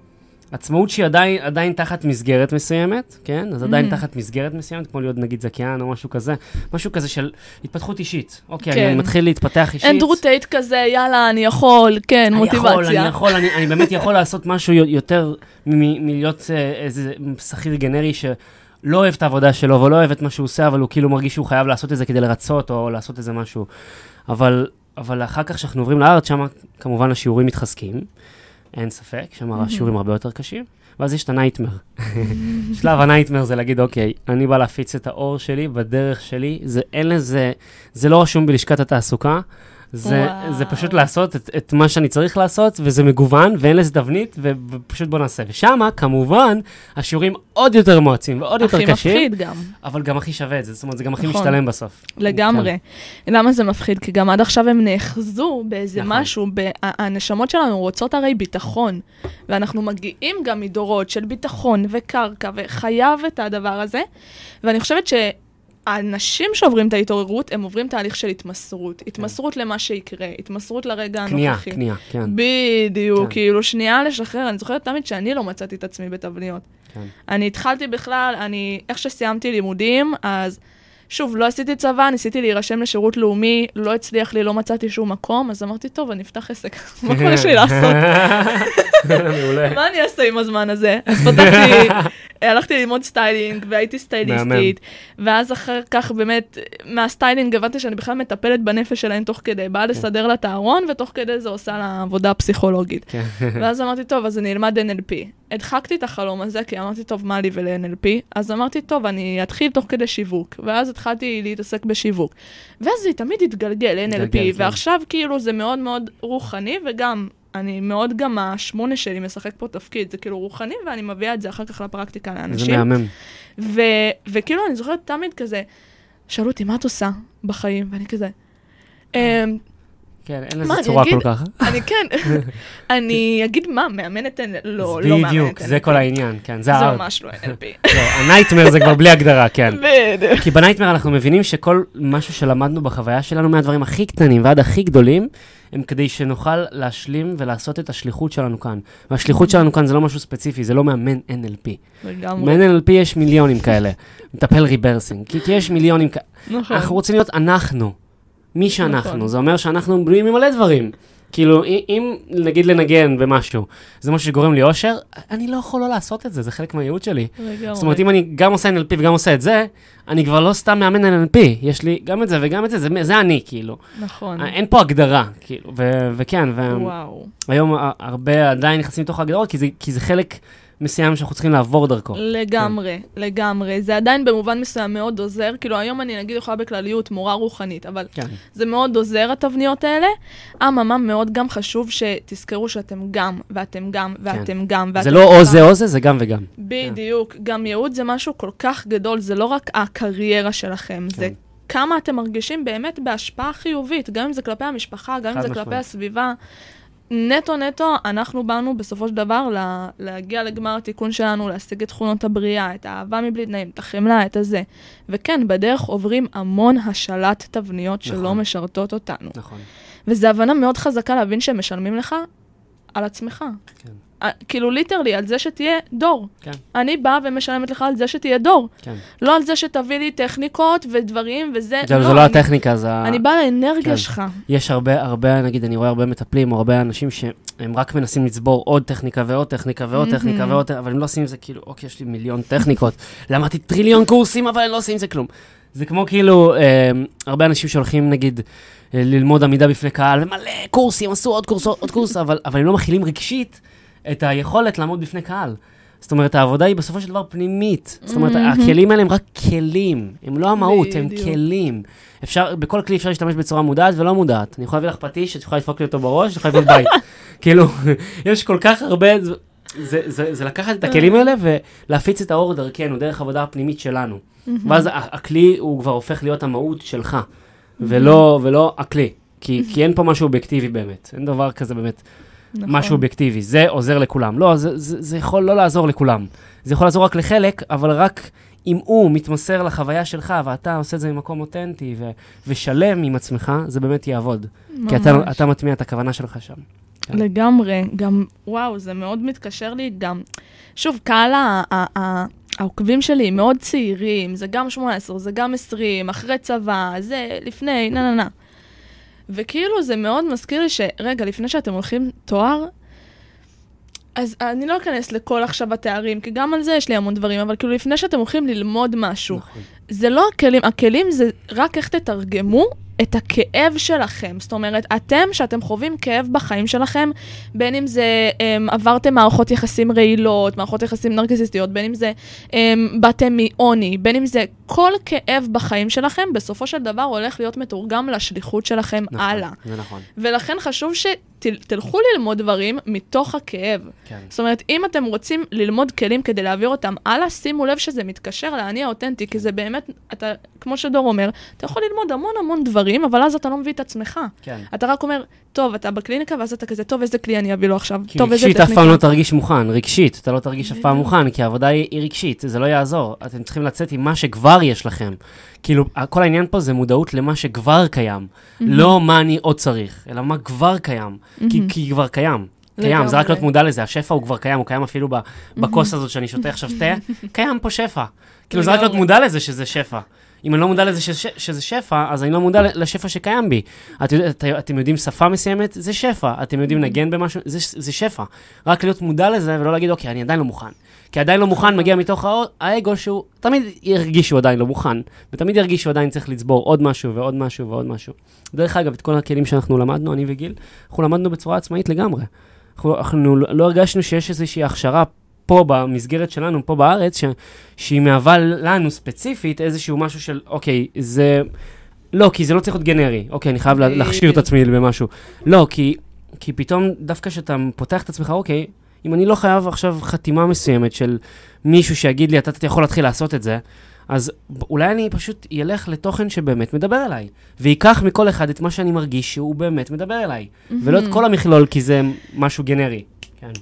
עצמאות שהיא עדיין, עדיין תחת מסגרת מסוימת, כן? אז עדיין mm-hmm. תחת מסגרת מסוימת, כמו להיות נגיד זכיין או משהו כזה, משהו כזה של התפתחות אישית. אוקיי, כן. אני מתחיל להתפתח אישית. אנדרו טייט כזה, יאללה, אני יכול, כן, אני מוטיבציה. יכול, אני יכול, אני, אני באמת יכול לעשות משהו יותר מ- מלהיות איזה שכיר גנרי שלא אוהב את העבודה שלו, ולא אוהב את מה שהוא עושה, אבל הוא כאילו מרגיש שהוא חייב לעשות את זה כדי לרצות, או לעשות איזה משהו. אבל, אבל אחר כך שאנחנו עוברים לארץ, שם כמובן השיעורים מתחזקים. אין ספק, שם השיעורים הרבה יותר קשים, ואז יש את הנייטמר. שלב הנייטמר זה להגיד, אוקיי, אני בא להפיץ את האור שלי בדרך שלי, זה אין לזה, זה לא רשום בלשכת התעסוקה, זה, זה פשוט לעשות את, את מה שאני צריך לעשות, וזה מגוון, ואין לזה תבנית, ו, ופשוט בוא נעשה. ושמה, כמובן, השיעורים עוד יותר מועצים, ועוד יותר קשים. הכי מפחיד גם. אבל גם הכי שווה את זה, זאת אומרת, זה גם הכי נכון. משתלם בסוף. לגמרי. כן. למה זה מפחיד? כי גם עד עכשיו הם נאחזו באיזה נכון. משהו, הנשמות שלנו רוצות הרי ביטחון, ואנחנו מגיעים גם מדורות של ביטחון וקרקע, וחייב את הדבר הזה, ואני חושבת ש... האנשים שעוברים את ההתעוררות, הם עוברים תהליך של התמסרות. התמסרות למה שיקרה, התמסרות לרגע הנוכחי. קנייה, קנייה, כן. בדיוק, כאילו שנייה לשחרר. אני זוכרת תמיד שאני לא מצאתי את עצמי בתבניות. אני התחלתי בכלל, אני, איך שסיימתי לימודים, אז שוב, לא עשיתי צבא, ניסיתי להירשם לשירות לאומי, לא הצליח לי, לא מצאתי שום מקום, אז אמרתי, טוב, אני אפתח עסק. מה כבר יש לי לעשות? מה אני אעשה עם הזמן הזה? אז פתחתי, הלכתי ללמוד סטיילינג, והייתי סטייליסטית, ואז אחר כך באמת, מהסטיילינג הבנתי שאני בכלל מטפלת בנפש שלהן תוך כדי, באה לסדר לה את הארון, ותוך כדי זה עושה לה עבודה פסיכולוגית. ואז אמרתי, טוב, אז אני אלמד אן אל פי. הדחקתי את החלום הזה, כי אמרתי, טוב, מה לי ול-אן אל פי? אז אמרתי, טוב, אני אתחיל תוך כדי שיווק. ואז התחלתי להתעסק בשיווק. ואז זה תמיד התגלגל, אן אל פי, ועכשיו כאילו זה מאוד מאוד רוחני, וגם, אני מאוד גם השמונה שלי משחק פה תפקיד, זה כאילו רוחני, ואני מביאה את זה אחר כך לפרקטיקה לאנשים. זה מהמם. ו- וכאילו אני זוכרת תמיד כזה, שאלו אותי, מה את עושה בחיים? ואני כזה, כן, אין לזה צורה כל כך. אני כן, אני אגיד מה, מאמנת, לא, לא מאמנת. בדיוק, זה כל העניין, כן, זה הארט. זה ממש לא אן אל פי. לא, הנייטמר זה כבר בלי הגדרה, כן. כי בנייטמר אנחנו מבינים שכל משהו שלמדנו בחוויה שלנו, מהדברים הכי קטנים ועד הכי גדולים, הם כדי שנוכל להשלים ולעשות את השליחות שלנו כאן. והשליחות שלנו כאן זה לא משהו ספציפי, זה לא מאמן אן אל פי. מאמן אן אל פי יש מיליונים כאלה, מטפל ריברסינג, כי יש מיליונים כאלה. אנחנו רוצים להיות אנחנו. מי שאנחנו, זה אומר שאנחנו בנויים ממלא דברים. כאילו, אם נגיד לנגן במשהו, זה משהו שגורם לי אושר, אני לא יכול לא לעשות את זה, זה חלק מהייעוד שלי. זאת אומרת, אם אני גם עושה אן אל פי וגם עושה את זה, אני כבר לא סתם מאמן אן אל פי, יש לי גם את זה וגם את זה, זה אני, כאילו. נכון. אין פה הגדרה, כאילו, וכן, והיום הרבה עדיין נכנסים לתוך ההגדרות, כי זה חלק מסוים שאנחנו צריכים לעבור דרכו. לגמרי, כן. לגמרי. זה עדיין במובן מסוים מאוד עוזר. כאילו היום אני נגיד יכולה בכלליות מורה רוחנית, אבל כן. זה מאוד עוזר התבניות האלה. אממה, מאוד גם חשוב שתזכרו שאתם גם, ואתם גם, ואתם כן. גם, ואתם זה לא או זה או זה, זה גם וגם. בדיוק. כן. גם ייעוד זה משהו כל כך גדול, זה לא רק הקריירה שלכם, כן. זה כמה אתם מרגישים באמת בהשפעה חיובית, גם אם זה כלפי המשפחה, גם אם זה כלפי הסביבה. נטו נטו, אנחנו באנו בסופו של דבר לה, להגיע לגמר התיקון שלנו, להשיג את תכונות הבריאה, את האהבה מבלי תנאים, את החמלה, את הזה. וכן, בדרך עוברים המון השלט תבניות שלא נכון. משרתות אותנו. נכון. וזו הבנה מאוד חזקה להבין שהם משלמים לך על עצמך. כן. כאילו ליטרלי, על זה שתהיה דור. כן. אני באה ומשלמת לך על זה שתהיה דור. כן. לא על זה שתביא לי טכניקות ודברים וזה. זה לא, זה לא אני, הטכניקה, זה... אני באה לאנרגיה כן. שלך. יש הרבה, הרבה, נגיד, אני רואה הרבה מטפלים, או הרבה אנשים שהם רק מנסים לצבור עוד טכניקה ועוד טכניקה ועוד mm-hmm. טכניקה ועוד, אבל הם לא עושים זה כאילו, אוקיי, יש לי מיליון טכניקות. למדתי טריליון קורסים, אבל הם לא עושים זה כלום. זה כמו כאילו, אה, הרבה אנשים שהולכים, נגיד, ללמוד עמידה בפני קהל, ומלא קורסים, עשו עוד קורס, עוד קורס, אבל, אבל הם לא מכילים רגשית את היכולת לעמוד בפני קהל. זאת אומרת, העבודה היא בסופו של דבר פנימית. זאת אומרת, הכלים האלה הם רק כלים. הם לא המהות, הם כלים. אפשר, בכל כלי אפשר להשתמש בצורה מודעת ולא מודעת. אני יכולה להביא לך פטיש, את יכולה לדפוק לי אותו בראש, את יכולה לבנות בית. כאילו, יש כל כך הרבה... זה, זה, זה לקחת את הכלים האלה ולהפיץ את האור דרכנו, דרך עבודה הפנימית שלנו. ואז הכלי הוא כבר הופך להיות המהות שלך, ולא, ולא הכלי. כי, כי אין פה משהו אובייקטיבי באמת. אין דבר כזה באמת. נכון. משהו אובייקטיבי, זה עוזר לכולם. לא, זה, זה, זה יכול לא לעזור לכולם. זה יכול לעזור רק לחלק, אבל רק אם הוא מתמסר לחוויה שלך, ואתה עושה את זה ממקום אותנטי ו- ושלם עם עצמך, זה באמת יעבוד. ממש. כי אתה, אתה מטמיע את הכוונה שלך שם. כן. לגמרי, גם, וואו, זה מאוד מתקשר לי גם, שוב, קהל ה- ה- ה- העוקבים שלי מאוד צעירים, זה גם שמונה עשרה, זה גם עשרים, אחרי צבא, זה לפני, נה נה נה. וכאילו זה מאוד מזכיר לי שרגע, לפני שאתם הולכים תואר, אז אני לא אכנס לכל עכשיו התארים, כי גם על זה יש לי המון דברים, אבל כאילו לפני שאתם הולכים ללמוד משהו, נכון. זה לא הכלים, הכלים זה רק איך תתרגמו את הכאב שלכם. זאת אומרת, אתם, שאתם חווים כאב בחיים שלכם, בין אם זה um, עברתם מערכות יחסים רעילות, מערכות יחסים נרקסיסטיות, בין אם זה um, באתם מעוני, בין אם זה כל כאב בחיים שלכם, בסופו של דבר הולך להיות מתורגם לשליחות שלכם נכון, הלאה. זה נכון. ולכן חשוב שתלכו ללמוד דברים מתוך הכאב. כן. זאת אומרת, אם אתם רוצים ללמוד כלים כדי להעביר אותם הלאה, שימו לב שזה מתקשר לאני האותנטי, כי זה באמת, אתה, כמו שדור אומר, אתה יכול ללמוד המון המון דברים, אבל אז אתה לא מביא את עצמך. כן. אתה רק אומר, טוב, אתה בקליניקה, ואז אתה כזה, טוב, איזה כלי אני אביא לו עכשיו? כי טוב, איזה רגשית טכניקה? אף פעם לא תרגיש מוכן, רגשית, אתה לא תרגיש אף פעם מוכן, כי העבודה היא, היא רגשית, זה לא יעזור. אתם צריכים לצאת עם מה שכבר יש לכם. כאילו, כל העניין פה זה מודעות למה שכבר קיים. לא מה אני עוד צריך, אלא מה כבר קיים. כי, כי כבר קיים. קיים, זה רק להיות מודע לזה. השפע הוא כבר קיים, הוא קיים אפילו בכוס הזאת שאני שותה עכשיו תה, קיים פה שפע. כאילו, זה רק להיות מודע לזה שזה שפע. אם אני לא מודע לזה שזה שפע, אז אני לא מודע לשפע שקיים בי. את, את, אתם יודעים שפה מסוימת, זה שפע. אתם יודעים נגן במשהו, זה, זה שפע. רק להיות מודע לזה ולא להגיד, אוקיי, אני עדיין לא מוכן. כי עדיין לא מוכן מגיע מתוך האגו שהוא, תמיד ירגיש שהוא עדיין לא מוכן, ותמיד ירגיש שהוא עדיין צריך לצבור עוד משהו ועוד משהו ועוד משהו. דרך אגב, את כל הכלים שאנחנו למדנו, אני וגיל, אנחנו למדנו בצורה עצמאית לגמרי. אנחנו, אנחנו לא הרגשנו שיש איזושהי הכשרה פה במסגרת שלנו, פה בארץ, ש, שהיא מהווה לנו ספציפית איזשהו משהו של, אוקיי, זה, לא, כי זה לא צריך להיות גנרי, אוקיי, אני חייב להכשיר את עצמי במשהו. לא, כי, כי פתאום דווקא שאתה פותח את עצמך, אוקיי, אם אני לא חייב עכשיו חתימה מסוימת של מישהו שיגיד לי, אתה, אתה יכול להתחיל לעשות את זה, אז אולי אני פשוט ילך לתוכן שבאמת מדבר אליי, ויקח מכל אחד את מה שאני מרגיש שהוא באמת מדבר אליי, ולא את כל המכלול, כי זה משהו גנרי. כן.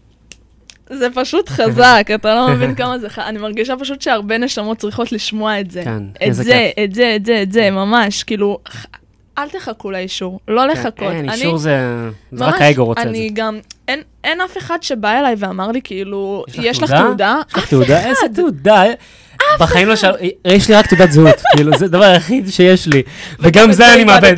זה פשוט חזק, אתה לא מבין כמה זה חזק. אני מרגישה פשוט שהרבה נשמות צריכות לשמוע את זה. כן, את זה, את זה, את זה, את זה, ממש, כאילו, אל תחכו לאישור, לא לחכות. אין, אישור זה, זה רק האגו רוצה את זה. אני גם, אין אף אחד שבא אליי ואמר לי, כאילו, יש לך תעודה? יש לך תעודה? איזה תעודה? בחיים לא שאלו, יש לי רק תעודת זהות, כאילו, זה הדבר היחיד שיש לי. וגם זה אני מאבד.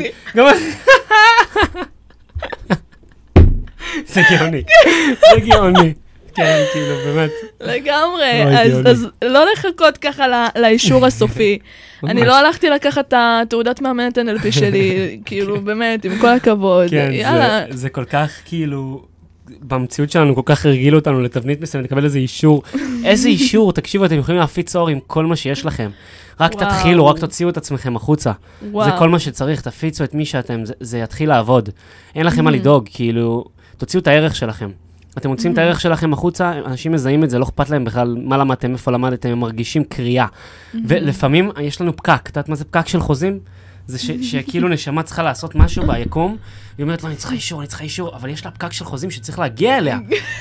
זה גאוני, זה גאוני. כן, כאילו, באמת. לגמרי, אז לא לחכות ככה לאישור הסופי. אני לא הלכתי לקחת את התעודת מאמנת אן אל פי שלי, כאילו, באמת, עם כל הכבוד. כן, זה כל כך, כאילו, במציאות שלנו כל כך הרגילו אותנו לתבנית מסוימת, לקבל איזה אישור. איזה אישור? תקשיבו, אתם יכולים להפיץ אור עם כל מה שיש לכם. רק תתחילו, רק תוציאו את עצמכם החוצה. זה כל מה שצריך, תפיצו את מי שאתם, זה יתחיל לעבוד. אין לכם מה לדאוג, כאילו, תוציאו את הערך שלכם. אתם מוצאים את הערך שלכם החוצה, אנשים מזהים את זה, לא אכפת להם בכלל מה למדתם, איפה למדתם, הם מרגישים קריאה. ולפעמים יש לנו פקק, את יודעת מה זה פקק של חוזים? זה שכאילו נשמה צריכה לעשות משהו ביקום, היא אומרת לו, אני צריכה אישור, אני צריכה אישור, אבל יש לה פקק של חוזים שצריך להגיע אליה.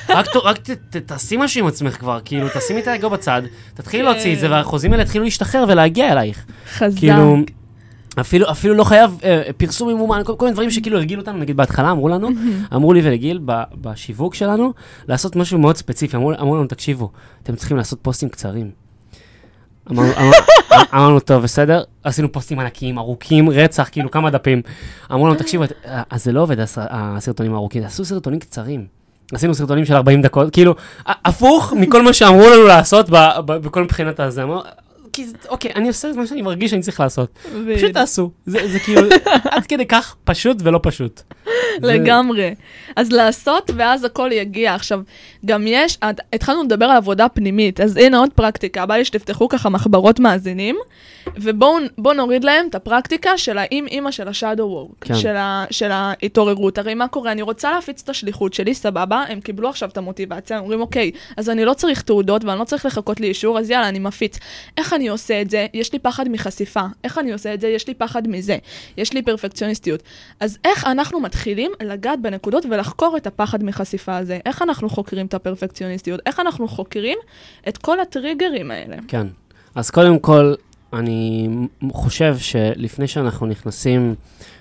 רק תעשי משהו עם עצמך כבר, כאילו, תשימי את האגו בצד, תתחילי להוציא את זה, והחוזים האלה התחילו להשתחרר ולהגיע אלייך. חזק. אפילו, אפילו לא חייב אה, פרסום ממומן, כל, כל מיני דברים שכאילו הרגיל אותנו, נגיד בהתחלה אמרו לנו, אמרו לי ולגיל ב, בשיווק שלנו, לעשות משהו מאוד ספציפי, אמרו, אמרו לנו, תקשיבו, אתם צריכים לעשות פוסטים קצרים. אמרנו, אמר, אמרנו, טוב, בסדר, עשינו פוסטים ענקיים, ארוכים, רצח, כאילו כמה דפים. אמרו לנו, תקשיבו, אז זה לא עובד, הסרטונים הארוכים, עשו סרטונים קצרים. עשינו סרטונים של ארבעים דקות, כאילו, הפוך מכל מה שאמרו לנו לעשות בכל מבחינת הזה. אמרו, אוקיי, אני עושה את מה שאני מרגיש שאני צריך לעשות. פשוט תעשו. זה כאילו, עד כדי כך פשוט ולא פשוט. לגמרי. אז לעשות, ואז הכל יגיע. עכשיו, גם יש, התחלנו לדבר על עבודה פנימית, אז הנה עוד פרקטיקה, בא לי שתפתחו ככה מחברות מאזינים, ובואו נוריד להם את הפרקטיקה של האם אימא של השאדו וורק, של ההתעוררות. הרי מה קורה? אני רוצה להפיץ את השליחות שלי, סבבה, הם קיבלו עכשיו את המוטיבציה, הם אומרים, אוקיי, אז אני לא צריך תעודות, ואני לא צריך לחכות לי אישור, אז יאללה, אני מפיץ. איך אני עושה את זה? יש לי פחד מחשיפה. איך אני עושה את זה? יש לי פחד מזה. יש לי פרפקציוניסטיות. אז איך אנחנו מתחילים לגעת בנקודות ולחקור את הפחד מחשיפה הזה? איך אנחנו חוקרים את הפרפקציוניסטיות? איך אנחנו חוקרים את כל הטריגרים האלה? כן. אז קודם כל, אני חושב שלפני שאנחנו נכנסים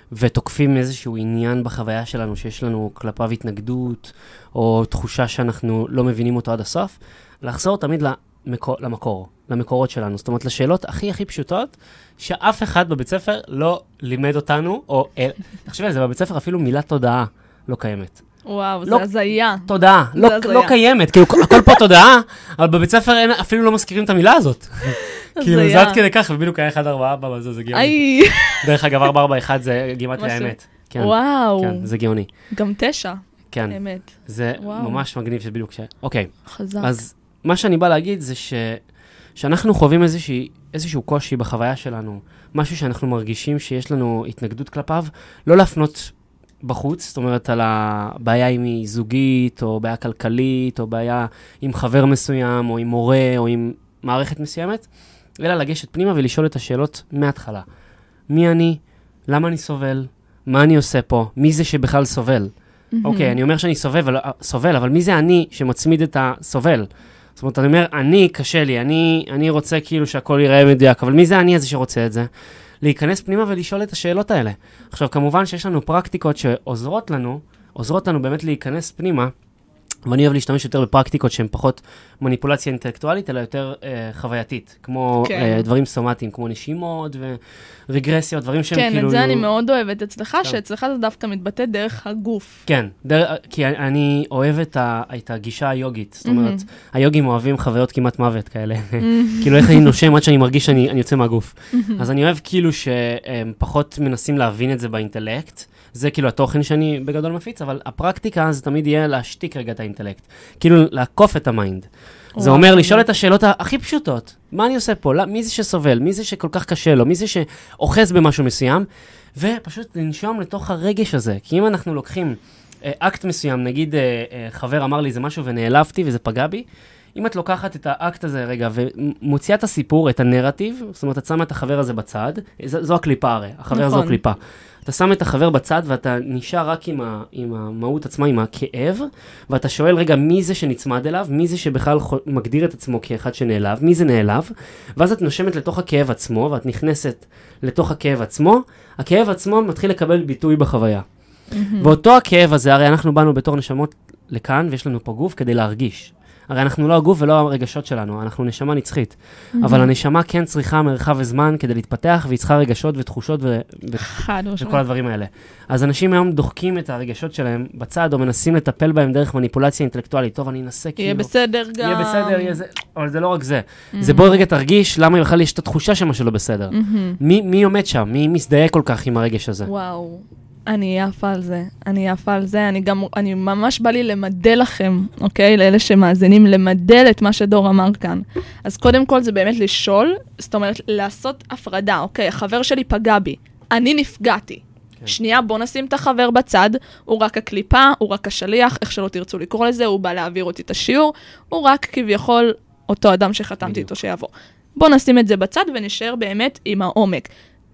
ותוקפים איזשהו עניין בחוויה שלנו, שיש לנו כלפיו התנגדות, או תחושה שאנחנו לא מבינים אותו עד הסוף, לחזור תמיד למקור, למקור, למקורות שלנו. זאת אומרת, לשאלות הכי הכי פשוטות, שאף אחד בבית ספר לא לימד אותנו, או, תחשבי על זה, בבית ספר אפילו מילת תודעה לא קיימת. וואו, לא, זה הזיה. תודעה, לא, לא קיימת, כאילו הכל פה תודעה, אבל בבית ספר אין, אפילו לא מזכירים את המילה הזאת. כאילו זה עד כדי כך, ובדיוק היה אחד ארבע ארבע, זה גאוני. דרך אגב, ארבע ארבע אחד זה גימטריה האמת. וואו. כן, זה גאוני. גם תשע. כן. אמת. זה ממש מגניב שבדיוק ש... אוקיי. חזק. אז מה שאני בא להגיד זה ש... שאנחנו חווים איזושהי, איזשהו קושי בחוויה שלנו, משהו שאנחנו מרגישים שיש לנו התנגדות כלפיו, לא להפנות בחוץ, זאת אומרת על הבעיה אם היא זוגית, או בעיה כלכלית, או בעיה עם חבר מסוים, או עם מורה, או עם מערכת מסוימת, אלא לגשת פנימה ולשאול את השאלות מההתחלה. מי אני? למה אני סובל? מה אני עושה פה? מי זה שבכלל סובל? אוקיי, אני אומר שאני סובל, סובל, אבל מי זה אני שמצמיד את הסובל? זאת אומרת, אני אומר, אני, קשה לי, אני, אני רוצה כאילו שהכל ייראה מדויק, אבל מי זה אני הזה שרוצה את זה? להיכנס פנימה ולשאול את השאלות האלה. עכשיו, כמובן שיש לנו פרקטיקות שעוזרות לנו, עוזרות לנו באמת להיכנס פנימה, ואני אוהב להשתמש יותר בפרקטיקות שהן פחות מניפולציה אינטלקטואלית, אלא יותר אה, חווייתית, כמו כן. אה, דברים סומטיים, כמו נשימות ורגרסיות, דברים שהם כן, כאילו... כן, את זה אני מאוד אוהבת אצלך, שאצלך זה דווקא מתבטא דרך הגוף. כן, דר... כי אני אוהב את, ה... את הגישה היוגית, זאת אומרת, mm-hmm. היוגים אוהבים חוויות כמעט מוות כאלה, mm-hmm. כאילו איך אני נושם עד שאני מרגיש שאני אני יוצא מהגוף. Mm-hmm. אז אני אוהב כאילו שהם פחות מנסים להבין את זה באינטלקט, זה כאילו התוכן שאני בגדול מפיץ, אבל הפרקטיקה זה תמיד יהיה להשתיק רגע את האינטלקט. כאילו לעקוף את המיינד. זה אומר לשאול את השאלות הכי פשוטות. מה אני עושה פה? מי זה שסובל? מי זה שכל כך קשה לו? מי זה שאוחז במשהו מסוים? ופשוט לנשום לתוך הרגש הזה. כי אם אנחנו לוקחים אקט מסוים, נגיד חבר אמר לי זה משהו ונעלבתי וזה פגע בי, אם את לוקחת את האקט הזה רגע ומוציאה את הסיפור, את הנרטיב, זאת אומרת, את שמה את החבר הזה בצד, זו הקליפה הרי, החבר זו הקליפה. אתה שם את החבר בצד ואתה נשאר רק עם, ה, עם המהות עצמה, עם הכאב, ואתה שואל רגע מי זה שנצמד אליו, מי זה שבכלל מגדיר את עצמו כאחד שנעלב, מי זה נעלב, ואז את נושמת לתוך הכאב עצמו, ואת נכנסת לתוך הכאב עצמו, הכאב עצמו מתחיל לקבל ביטוי בחוויה. Mm-hmm. ואותו הכאב הזה, הרי אנחנו באנו בתור נשמות לכאן, ויש לנו פה גוף כדי להרגיש. הרי אנחנו לא הגוף ולא הרגשות שלנו, אנחנו נשמה נצחית. Mm-hmm. אבל הנשמה כן צריכה מרחב וזמן כדי להתפתח, והיא צריכה רגשות ותחושות ו... וכל הדברים האלה. אז אנשים היום דוחקים את הרגשות שלהם בצד, או מנסים לטפל בהם דרך מניפולציה אינטלקטואלית. טוב, אני אנסה כאילו... יהיה בסדר גם. יהיה בסדר, יהיה זה... אבל זה לא רק זה. Mm-hmm. זה בואי רגע תרגיש למה בכלל יש את התחושה שמה שלא בסדר. Mm-hmm. מי, מי עומד שם? מי מזדהה כל כך עם הרגש הזה? וואו. אני יפה על זה, אני יפה על זה, אני גם, אני ממש בא לי למדל לכם, אוקיי? לאלה שמאזינים, למדל את מה שדור אמר כאן. אז קודם כל זה באמת לשאול, זאת אומרת, לעשות הפרדה, אוקיי? החבר שלי פגע בי, אני נפגעתי. כן. שנייה, בוא נשים את החבר בצד, הוא רק הקליפה, הוא רק השליח, איך שלא תרצו לקרוא לזה, הוא בא להעביר אותי את השיעור, הוא רק כביכול אותו אדם שחתמתי איתו שיבוא. בוא נשים את זה בצד ונשאר באמת עם העומק.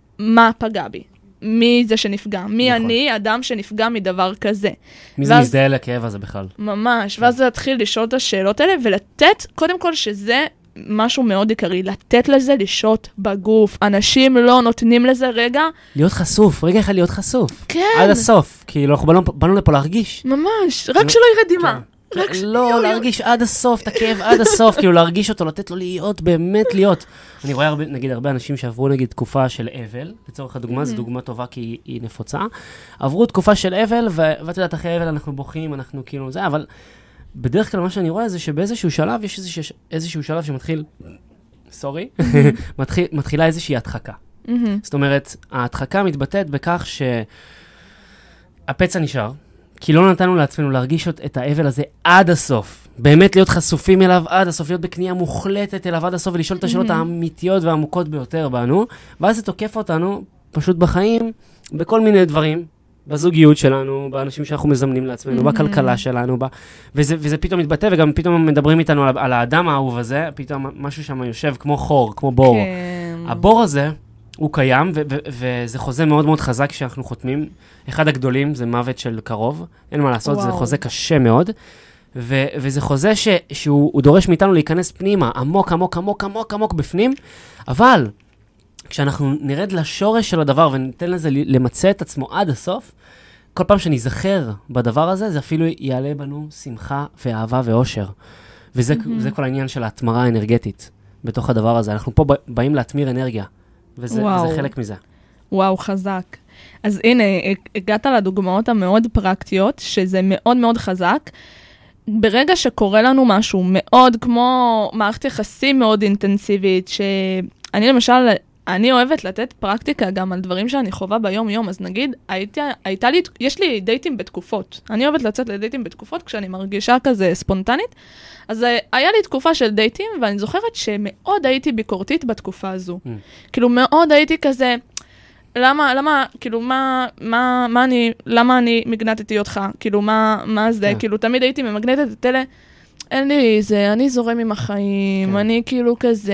מה פגע בי? מי זה שנפגע? מי נכון. אני, אדם שנפגע מדבר כזה. מי זה ואז, מזדהה לכאב הזה בכלל? ממש, כן. ואז זה להתחיל לשאול את השאלות האלה, ולתת, קודם כל שזה משהו מאוד עיקרי, לתת לזה לשהות בגוף. אנשים לא נותנים לזה רגע. להיות חשוף, רגע אחד להיות חשוף. כן. עד הסוף, כי אנחנו באנו, באנו לפה להרגיש. ממש, רק שלא ירד דמעה. כן. לא, להרגיש עד הסוף, את הכאב עד הסוף, כאילו להרגיש אותו, לתת לו להיות, באמת להיות. אני רואה, נגיד, הרבה אנשים שעברו, נגיד, תקופה של אבל, לצורך הדוגמה, זו דוגמה טובה כי היא נפוצה, עברו תקופה של אבל, ואת יודעת, אחרי אבל אנחנו בוכים, אנחנו כאילו זה, אבל בדרך כלל מה שאני רואה זה שבאיזשהו שלב, יש איזשהו שלב שמתחיל, סורי, מתחילה איזושהי הדחקה. זאת אומרת, ההדחקה מתבטאת בכך שהפצע נשאר, כי לא נתנו לעצמנו להרגיש את האבל הזה עד הסוף. באמת להיות חשופים אליו עד הסוף, להיות בקנייה מוחלטת אליו עד הסוף, ולשאול את השאלות האמיתיות והעמוקות ביותר בנו, ואז זה תוקף אותנו פשוט בחיים, בכל מיני דברים, בזוגיות שלנו, באנשים שאנחנו מזמנים לעצמנו, בכלכלה שלנו, ב... וזה, וזה פתאום מתבטא, וגם פתאום מדברים איתנו על, על האדם האהוב הזה, פתאום משהו שם יושב כמו חור, כמו בור. כן. הבור הזה, הוא קיים, ו- ו- וזה חוזה מאוד מאוד חזק שאנחנו חותמים. אחד הגדולים זה מוות של קרוב, אין מה לעשות, וואו. זה חוזה קשה מאוד, ו- וזה חוזה ש- שהוא דורש מאיתנו להיכנס פנימה, עמוק, עמוק, עמוק, עמוק, עמוק בפנים, אבל כשאנחנו נרד לשורש של הדבר וניתן לזה למצא את עצמו עד הסוף, כל פעם שנזכר בדבר הזה, זה אפילו יעלה בנו שמחה ואהבה ואושר. וזה mm-hmm. זה כל העניין של ההתמרה האנרגטית בתוך הדבר הזה. אנחנו פה באים להתמיר אנרגיה, וזה, וזה חלק מזה. וואו, חזק. אז הנה, הגעת לדוגמאות המאוד פרקטיות, שזה מאוד מאוד חזק. ברגע שקורה לנו משהו מאוד כמו מערכת יחסים מאוד אינטנסיבית, שאני למשל, אני אוהבת לתת פרקטיקה גם על דברים שאני חובה ביום-יום, אז נגיד, הייתה, הייתה לי, יש לי דייטים בתקופות. אני אוהבת לצאת לדייטים בתקופות כשאני מרגישה כזה ספונטנית. אז היה לי תקופה של דייטים, ואני זוכרת שמאוד הייתי ביקורתית בתקופה הזו. Mm. כאילו, מאוד הייתי כזה, למה, למה, כאילו, מה, מה, מה אני, למה אני מגנטתי אותך? כאילו, מה, מה זה? כאילו, תמיד הייתי ממגנטת את אלה, אין לי זה, אני זורם עם החיים, אני כאילו כזה,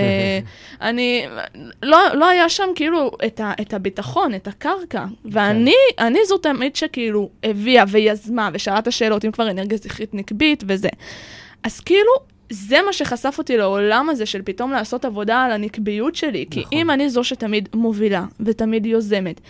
אני, לא, לא היה שם כאילו את, ה, את הביטחון, את הקרקע, ואני, אני זו תמיד שכאילו הביאה ויזמה, ושאלה את השאלות, אם כבר אנרגיה זכרית נקבית וזה. אז כאילו, זה מה שחשף אותי לעולם הזה של פתאום לעשות עבודה על הנקביות שלי, כי נכון. אם אני זו שתמיד מובילה ותמיד יוזמת,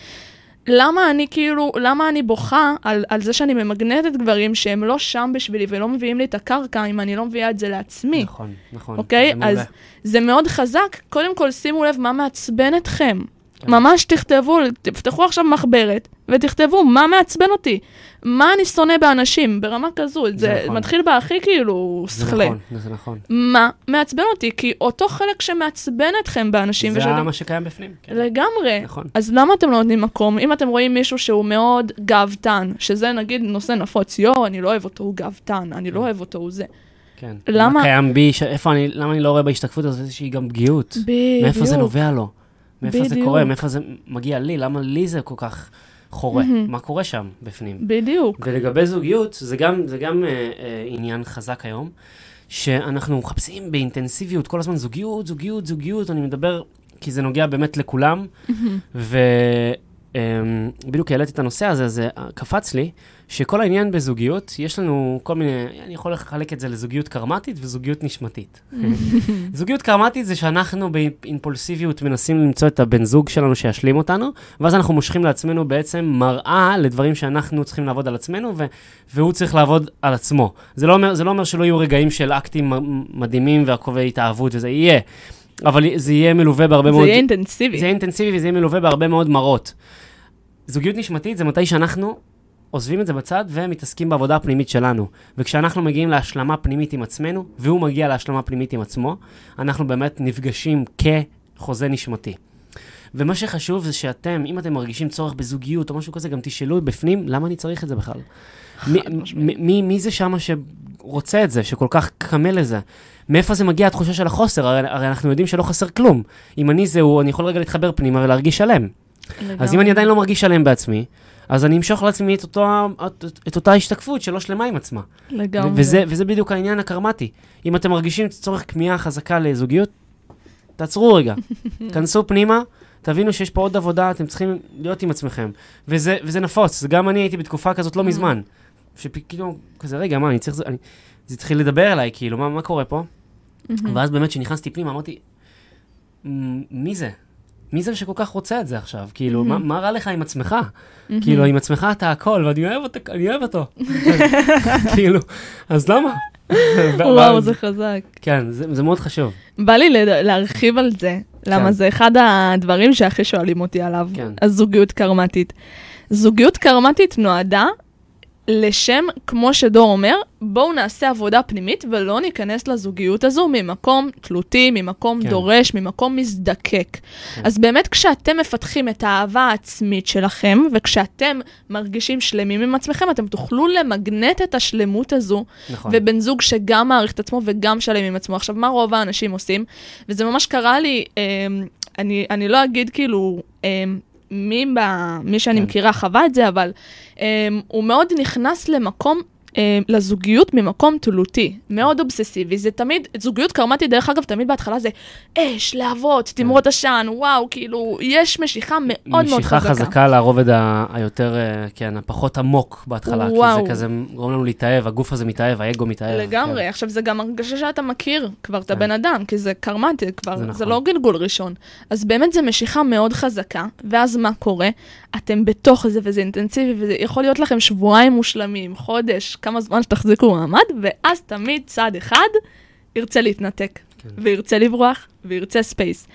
למה אני כאילו, למה אני בוכה על, על זה שאני ממגנטת דברים שהם לא שם בשבילי ולא מביאים לי את הקרקע אם אני לא מביאה את זה לעצמי. נכון, נכון. אוקיי? זה אז זה מאוד חזק. קודם כל, שימו לב מה מעצבן אתכם. כן. ממש תכתבו, תפתחו עכשיו מחברת ותכתבו מה מעצבן אותי. מה אני שונא באנשים ברמה כזו. זה, זה נכון. מתחיל בהכי כאילו שכלה. זה נכון, זה נכון. מה מעצבן אותי? כי אותו חלק שמעצבן אתכם באנשים. זה ושאתם... מה שקיים בפנים. כן. לגמרי. נכון. אז למה אתם לא נותנים מקום? אם אתם רואים מישהו שהוא מאוד גאוותן, שזה נגיד נושא נפוץ, יו, אני לא אוהב אותו, הוא גאוותן, אני לא אוהב אותו, הוא זה. כן. למה? מה קיים בי, ש... איפה אני, למה אני לא רואה בהשתקפות הזאת איזושהי גם פגיעות? בדיוק. מאיפה זה נובע לו? מאיפה זה קורה? מאיפה זה מגיע לי? למה לי זה כל כך חורה? מה קורה שם בפנים? בדיוק. ולגבי זוגיות, זה גם, זה גם אה, אה, עניין חזק היום, שאנחנו מחפשים באינטנסיביות כל הזמן זוגיות, זוגיות, זוגיות, אני מדבר, כי זה נוגע באמת לכולם, ובדיוק העליתי את הנושא הזה, זה קפץ לי, שכל העניין בזוגיות, יש לנו כל מיני, אני יכול לחלק את זה לזוגיות קרמטית וזוגיות נשמתית. זוגיות קרמטית זה שאנחנו באימפולסיביות מנסים למצוא את הבן זוג שלנו שישלים אותנו, ואז אנחנו מושכים לעצמנו בעצם מראה לדברים שאנחנו צריכים לעבוד על עצמנו, ו- והוא צריך לעבוד על עצמו. זה לא אומר, זה לא אומר שלא יהיו רגעים של אקטים מדהימים והקרובי התאהבות, וזה יהיה. אבל זה יהיה מלווה בהרבה זה מאוד... זה יהיה אינטנסיבי. זה יהיה אינטנסיבי וזה יהיה מלווה בהרבה מאוד מראות. זוגיות נשמתית זה מתי שאנחנו עוזבים את זה בצד ומתעסקים בעבודה הפנימית שלנו. וכשאנחנו מגיעים להשלמה פנימית עם עצמנו, והוא מגיע להשלמה פנימית עם עצמו, אנחנו באמת נפגשים כחוזה נשמתי. ומה שחשוב זה שאתם, אם אתם מרגישים צורך בזוגיות או משהו כזה, גם תשאלו בפנים, למה אני צריך את זה בכלל? מי, מי, מי זה שמה שרוצה את זה, שכל כך קמה לזה? מאיפה זה מגיע התחושה של החוסר? הרי, הרי אנחנו יודעים שלא חסר כלום. אם אני זהו, אני יכול רגע להתחבר פנימה ולהרגיש שלם. אז אם אני עדיין לא מרגיש שלם בעצמי, אז אני אמשוך לעצמי את, אותו, את, את אותה השתקפות שלא שלמה עם עצמה. לגמרי. וזה, וזה בדיוק העניין הקרמטי. אם אתם מרגישים צורך כמיהה חזקה לזוגיות, תעצרו רגע. כנסו פנימה, תבינו שיש פה עוד עבודה, אתם צריכים להיות עם עצמכם. וזה, וזה נפוץ. גם אני הייתי בתקופה כזאת לא מזמן. שכאילו, כזה, רגע, מה, אני צריך... אני, זה התחיל לדבר אליי, כאילו, מה, מה קורה פה? ואז באמת, כשנכנסתי פנימה, אמרתי, מי זה? מי זה שכל כך רוצה את זה עכשיו? כאילו, מה, מה רע לך עם עצמך? כאילו, עם עצמך אתה הכל, ואני אוהב אותו, אני אוהב אותו. כאילו, אז למה? וואו, זה חזק. כן, זה, זה מאוד חשוב. בא לי להרחיב על זה, למה זה אחד הדברים שהכי שואלים אותי עליו, הזוגיות קרמטית. זוגיות קרמטית נועדה לשם, כמו שדור אומר, בואו נעשה עבודה פנימית ולא ניכנס לזוגיות הזו ממקום תלותי, ממקום כן. דורש, ממקום מזדקק. כן. אז באמת כשאתם מפתחים את האהבה העצמית שלכם, וכשאתם מרגישים שלמים עם עצמכם, אתם תוכלו למגנט את השלמות הזו, נכון. ובן זוג שגם מעריך את עצמו וגם שלם עם עצמו. עכשיו, מה רוב האנשים עושים? וזה ממש קרה לי, אה, אני, אני לא אגיד כאילו... אה, מי, ב... מי שאני כן. מכירה חווה את זה, אבל um, הוא מאוד נכנס למקום um, לזוגיות ממקום תלותי, מאוד אובססיבי, זה תמיד, זוגיות קרמטית, דרך אגב, תמיד בהתחלה זה אש, להבות, תמרות עשן, וואו, כאילו, יש משיכה מאוד מאוד חזקה. משיכה חזקה לרובד היותר, כן, הפחות עמוק בהתחלה, כי זה כזה גורם לנו להתאהב, הגוף הזה מתאהב, האגו מתאהב. לגמרי, עכשיו זה גם הרגשה שאתה מכיר כבר את הבן אדם, כי זה קרמטי, כבר, זה לא גלגול ראשון. אז באמת זה משיכה מאוד חזקה, ואז מה קורה? אתם בתוך זה, וזה אינטנסיבי, וזה יכול להיות לכם שבועיים מושלמים, חודש, כמה זמן שתחזיקו מעמד, ואז תמיד צד אחד ירצה להתנתק, כן. וירצה לברוח, וירצה ספייס.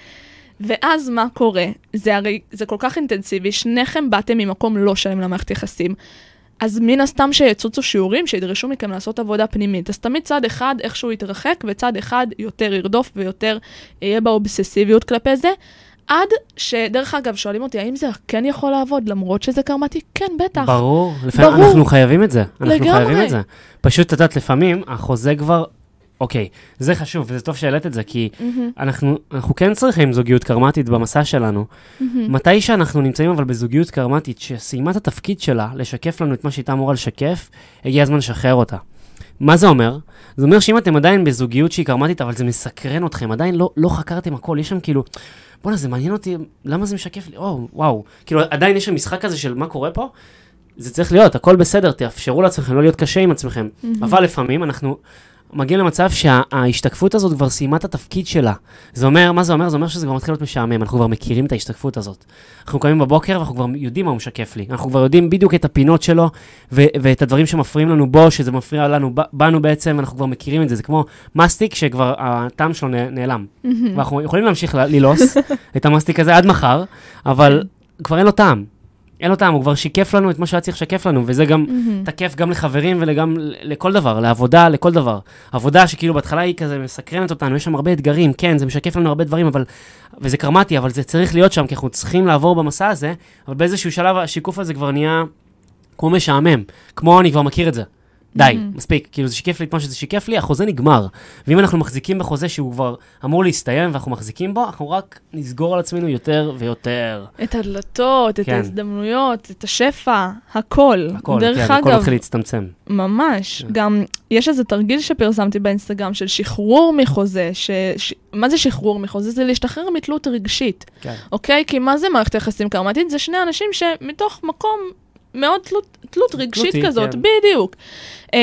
ואז מה קורה? זה הרי, זה כל כך אינטנסיבי, שניכם באתם ממקום לא שלם למערכת יחסים, אז מן הסתם שיצוצו שיעורים, שידרשו מכם לעשות עבודה פנימית. אז תמיד צד אחד איכשהו יתרחק, וצד אחד יותר ירדוף, ויותר יהיה באובססיביות כלפי זה, עד שדרך אגב שואלים אותי, האם זה כן יכול לעבוד, למרות שזה קרמטי? כן, בטח. ברור, לפעמים ברור. אנחנו חייבים את זה. אנחנו לגמרי. חייבים את זה. פשוט תתת לפעמים, החוזה כבר, אוקיי, זה חשוב, וזה טוב שהעלית את זה, כי mm-hmm. אנחנו, אנחנו כן צריכים זוגיות קרמטית במסע שלנו. Mm-hmm. מתי שאנחנו נמצאים אבל בזוגיות קרמטית, שסיימה את התפקיד שלה, לשקף לנו את מה שהייתה אמורה לשקף, הגיע הזמן לשחרר אותה. מה זה אומר? זה אומר שאם אתם עדיין בזוגיות שהיא קרמטית, אבל זה מסקרן אתכם, עדיין לא, לא חקרתם הכל, יש שם כאילו, בוא'נה, זה מעניין אותי, למה זה משקף לי? או, וואו. כאילו, עדיין יש שם משחק כזה של מה קורה פה? זה צריך להיות, הכל בסדר, תאפשרו לעצמכם, לא להיות קשה עם עצמכם. Mm-hmm. אבל לפעמים אנחנו מגיעים למצב שההשתקפות הזאת כבר סיימה את התפקיד שלה. זה אומר, מה זה אומר? זה אומר שזה כבר מתחיל להיות משעמם, אנחנו כבר מכירים את ההשתקפות הזאת. אנחנו קמים בבוקר ואנחנו כבר יודעים מה הוא משקף לי. אנחנו כבר יודעים בדיוק את הפינות שלו, ו- ואת הדברים שמפריעים לנו בו, שזה מפריע לנו, בנו בעצם, אנחנו כבר מכירים את זה. זה כמו מסטיק שכבר הטעם שלו נעלם. ואנחנו יכולים להמשיך ללוס את המסטיק הזה עד מחר, אבל כבר אין לו טעם. אין לו טעם, הוא כבר שיקף לנו את מה שהיה צריך לשקף לנו, וזה גם mm-hmm. תקף גם לחברים וגם לכל דבר, לעבודה, לכל דבר. עבודה שכאילו בהתחלה היא כזה מסקרנת אותנו, יש שם הרבה אתגרים, כן, זה משקף לנו הרבה דברים, אבל, וזה קרמטי, אבל זה צריך להיות שם, כי אנחנו צריכים לעבור במסע הזה, אבל באיזשהו שלב השיקוף הזה כבר נהיה כמו משעמם, כמו אני כבר מכיר את זה. די, mm-hmm. מספיק, כאילו זה שיקף לי את מה שזה שיקף לי, החוזה נגמר. ואם אנחנו מחזיקים בחוזה שהוא כבר אמור להסתיים, ואנחנו מחזיקים בו, אנחנו רק נסגור על עצמנו יותר ויותר. את הדלתות, כן. את ההזדמנויות, את השפע, הכל. הכל, כן, אגב, הכל מתחיל להצטמצם. ממש. כן. גם יש איזה תרגיל שפרסמתי באינסטגרם של שחרור מחוזה, ש... ש... מה זה שחרור מחוזה? זה להשתחרר מתלות רגשית. כן. אוקיי? כי מה זה מערכת יחסים קרמטית? זה שני אנשים שמתוך מקום מאוד תלות, תלות רגשית תלותי, כזאת, כן. בדיוק. Um,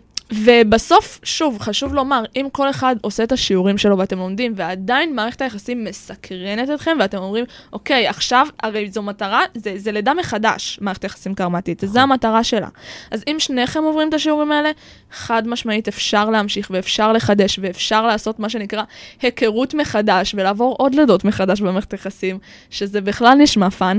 ובסוף, שוב, חשוב לומר, אם כל אחד עושה את השיעורים שלו ואתם לומדים, ועדיין מערכת היחסים מסקרנת אתכם, ואתם אומרים, אוקיי, עכשיו, הרי זו מטרה, זה, זה לידה מחדש, מערכת היחסים קרמטית, זו המטרה שלה. אז אם שניכם עוברים את השיעורים האלה, חד משמעית אפשר להמשיך, ואפשר לחדש, ואפשר לעשות מה שנקרא היכרות מחדש, ולעבור עוד לידות מחדש במערכת היחסים, שזה בכלל נשמע פן.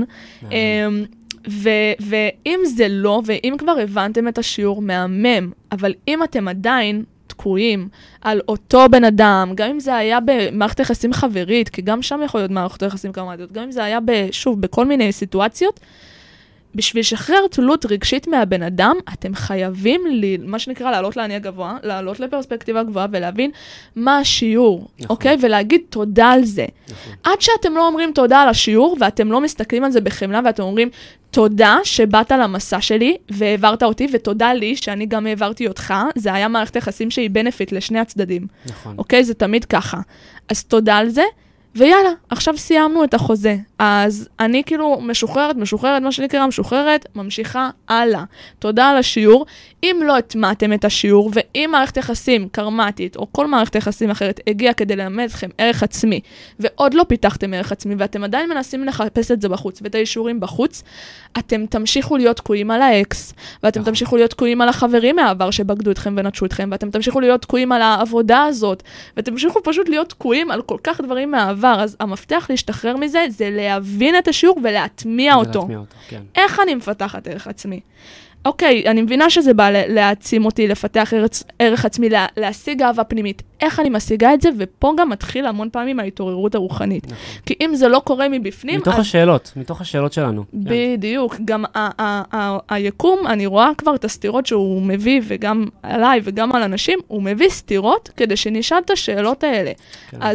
ו- ואם זה לא, ואם כבר הבנתם את השיעור מהמם, אבל אם אתם עדיין תקועים על אותו בן אדם, גם אם זה היה במערכת יחסים חברית, כי גם שם יכול להיות מערכת יחסים קרמטיות, גם אם זה היה שוב בכל מיני סיטואציות, בשביל שחרר תלות רגשית מהבן אדם, אתם חייבים, לי, מה שנקרא, לעלות לעני הגבוה, לעלות לפרספקטיבה גבוהה ולהבין מה השיעור, נכון. אוקיי? ולהגיד תודה על זה. נכון. עד שאתם לא אומרים תודה על השיעור, ואתם לא מסתכלים על זה בחמלה, ואתם אומרים, תודה שבאת למסע שלי, והעברת אותי, ותודה לי שאני גם העברתי אותך, זה היה מערכת יחסים שהיא בנפיט לשני הצדדים. נכון. אוקיי? זה תמיד ככה. אז תודה על זה, ויאללה, עכשיו סיימנו את החוזה. אז אני כאילו משוחררת, משוחררת, מה שנקרא משוחררת, ממשיכה הלאה. תודה על השיעור. אם לא התמעתם את השיעור, ואם מערכת יחסים קרמטית, או כל מערכת יחסים אחרת, הגיעה כדי ללמד אתכם ערך עצמי, ועוד לא פיתחתם ערך עצמי, ואתם עדיין מנסים לחפש את זה בחוץ, ואת האישורים בחוץ, אתם תמשיכו להיות תקועים על האקס, ואתם תמשיכו להיות תקועים על החברים מהעבר שבגדו אתכם ונטשו אתכם, ואתם תמשיכו להיות תקועים על העבודה הזאת, ואתם תמשיכו פשוט להיות תקועים על כל כך דברים מהעבר. אז המפתח להשתחרר מזה זה להבין את השיעור ולהטמיע אותו. ולהטמיע אותו, כן. איך אני מפתחת ערך עצמי? אוקיי, אני מבינה שזה בא להעצים אותי, לפתח ערך, ערך עצמי, לה, להשיג אהבה פנימית. איך אני משיגה את זה? ופה גם מתחיל המון פעמים ההתעוררות הרוחנית. נכון. כי אם זה לא קורה מבפנים... מתוך אז... השאלות, מתוך השאלות שלנו. בדיוק. כן. גם ה- ה- ה- היקום, אני רואה כבר את הסתירות שהוא מביא, וגם עליי וגם על אנשים, הוא מביא סתירות כדי שנשאל את השאלות האלה. כן. אז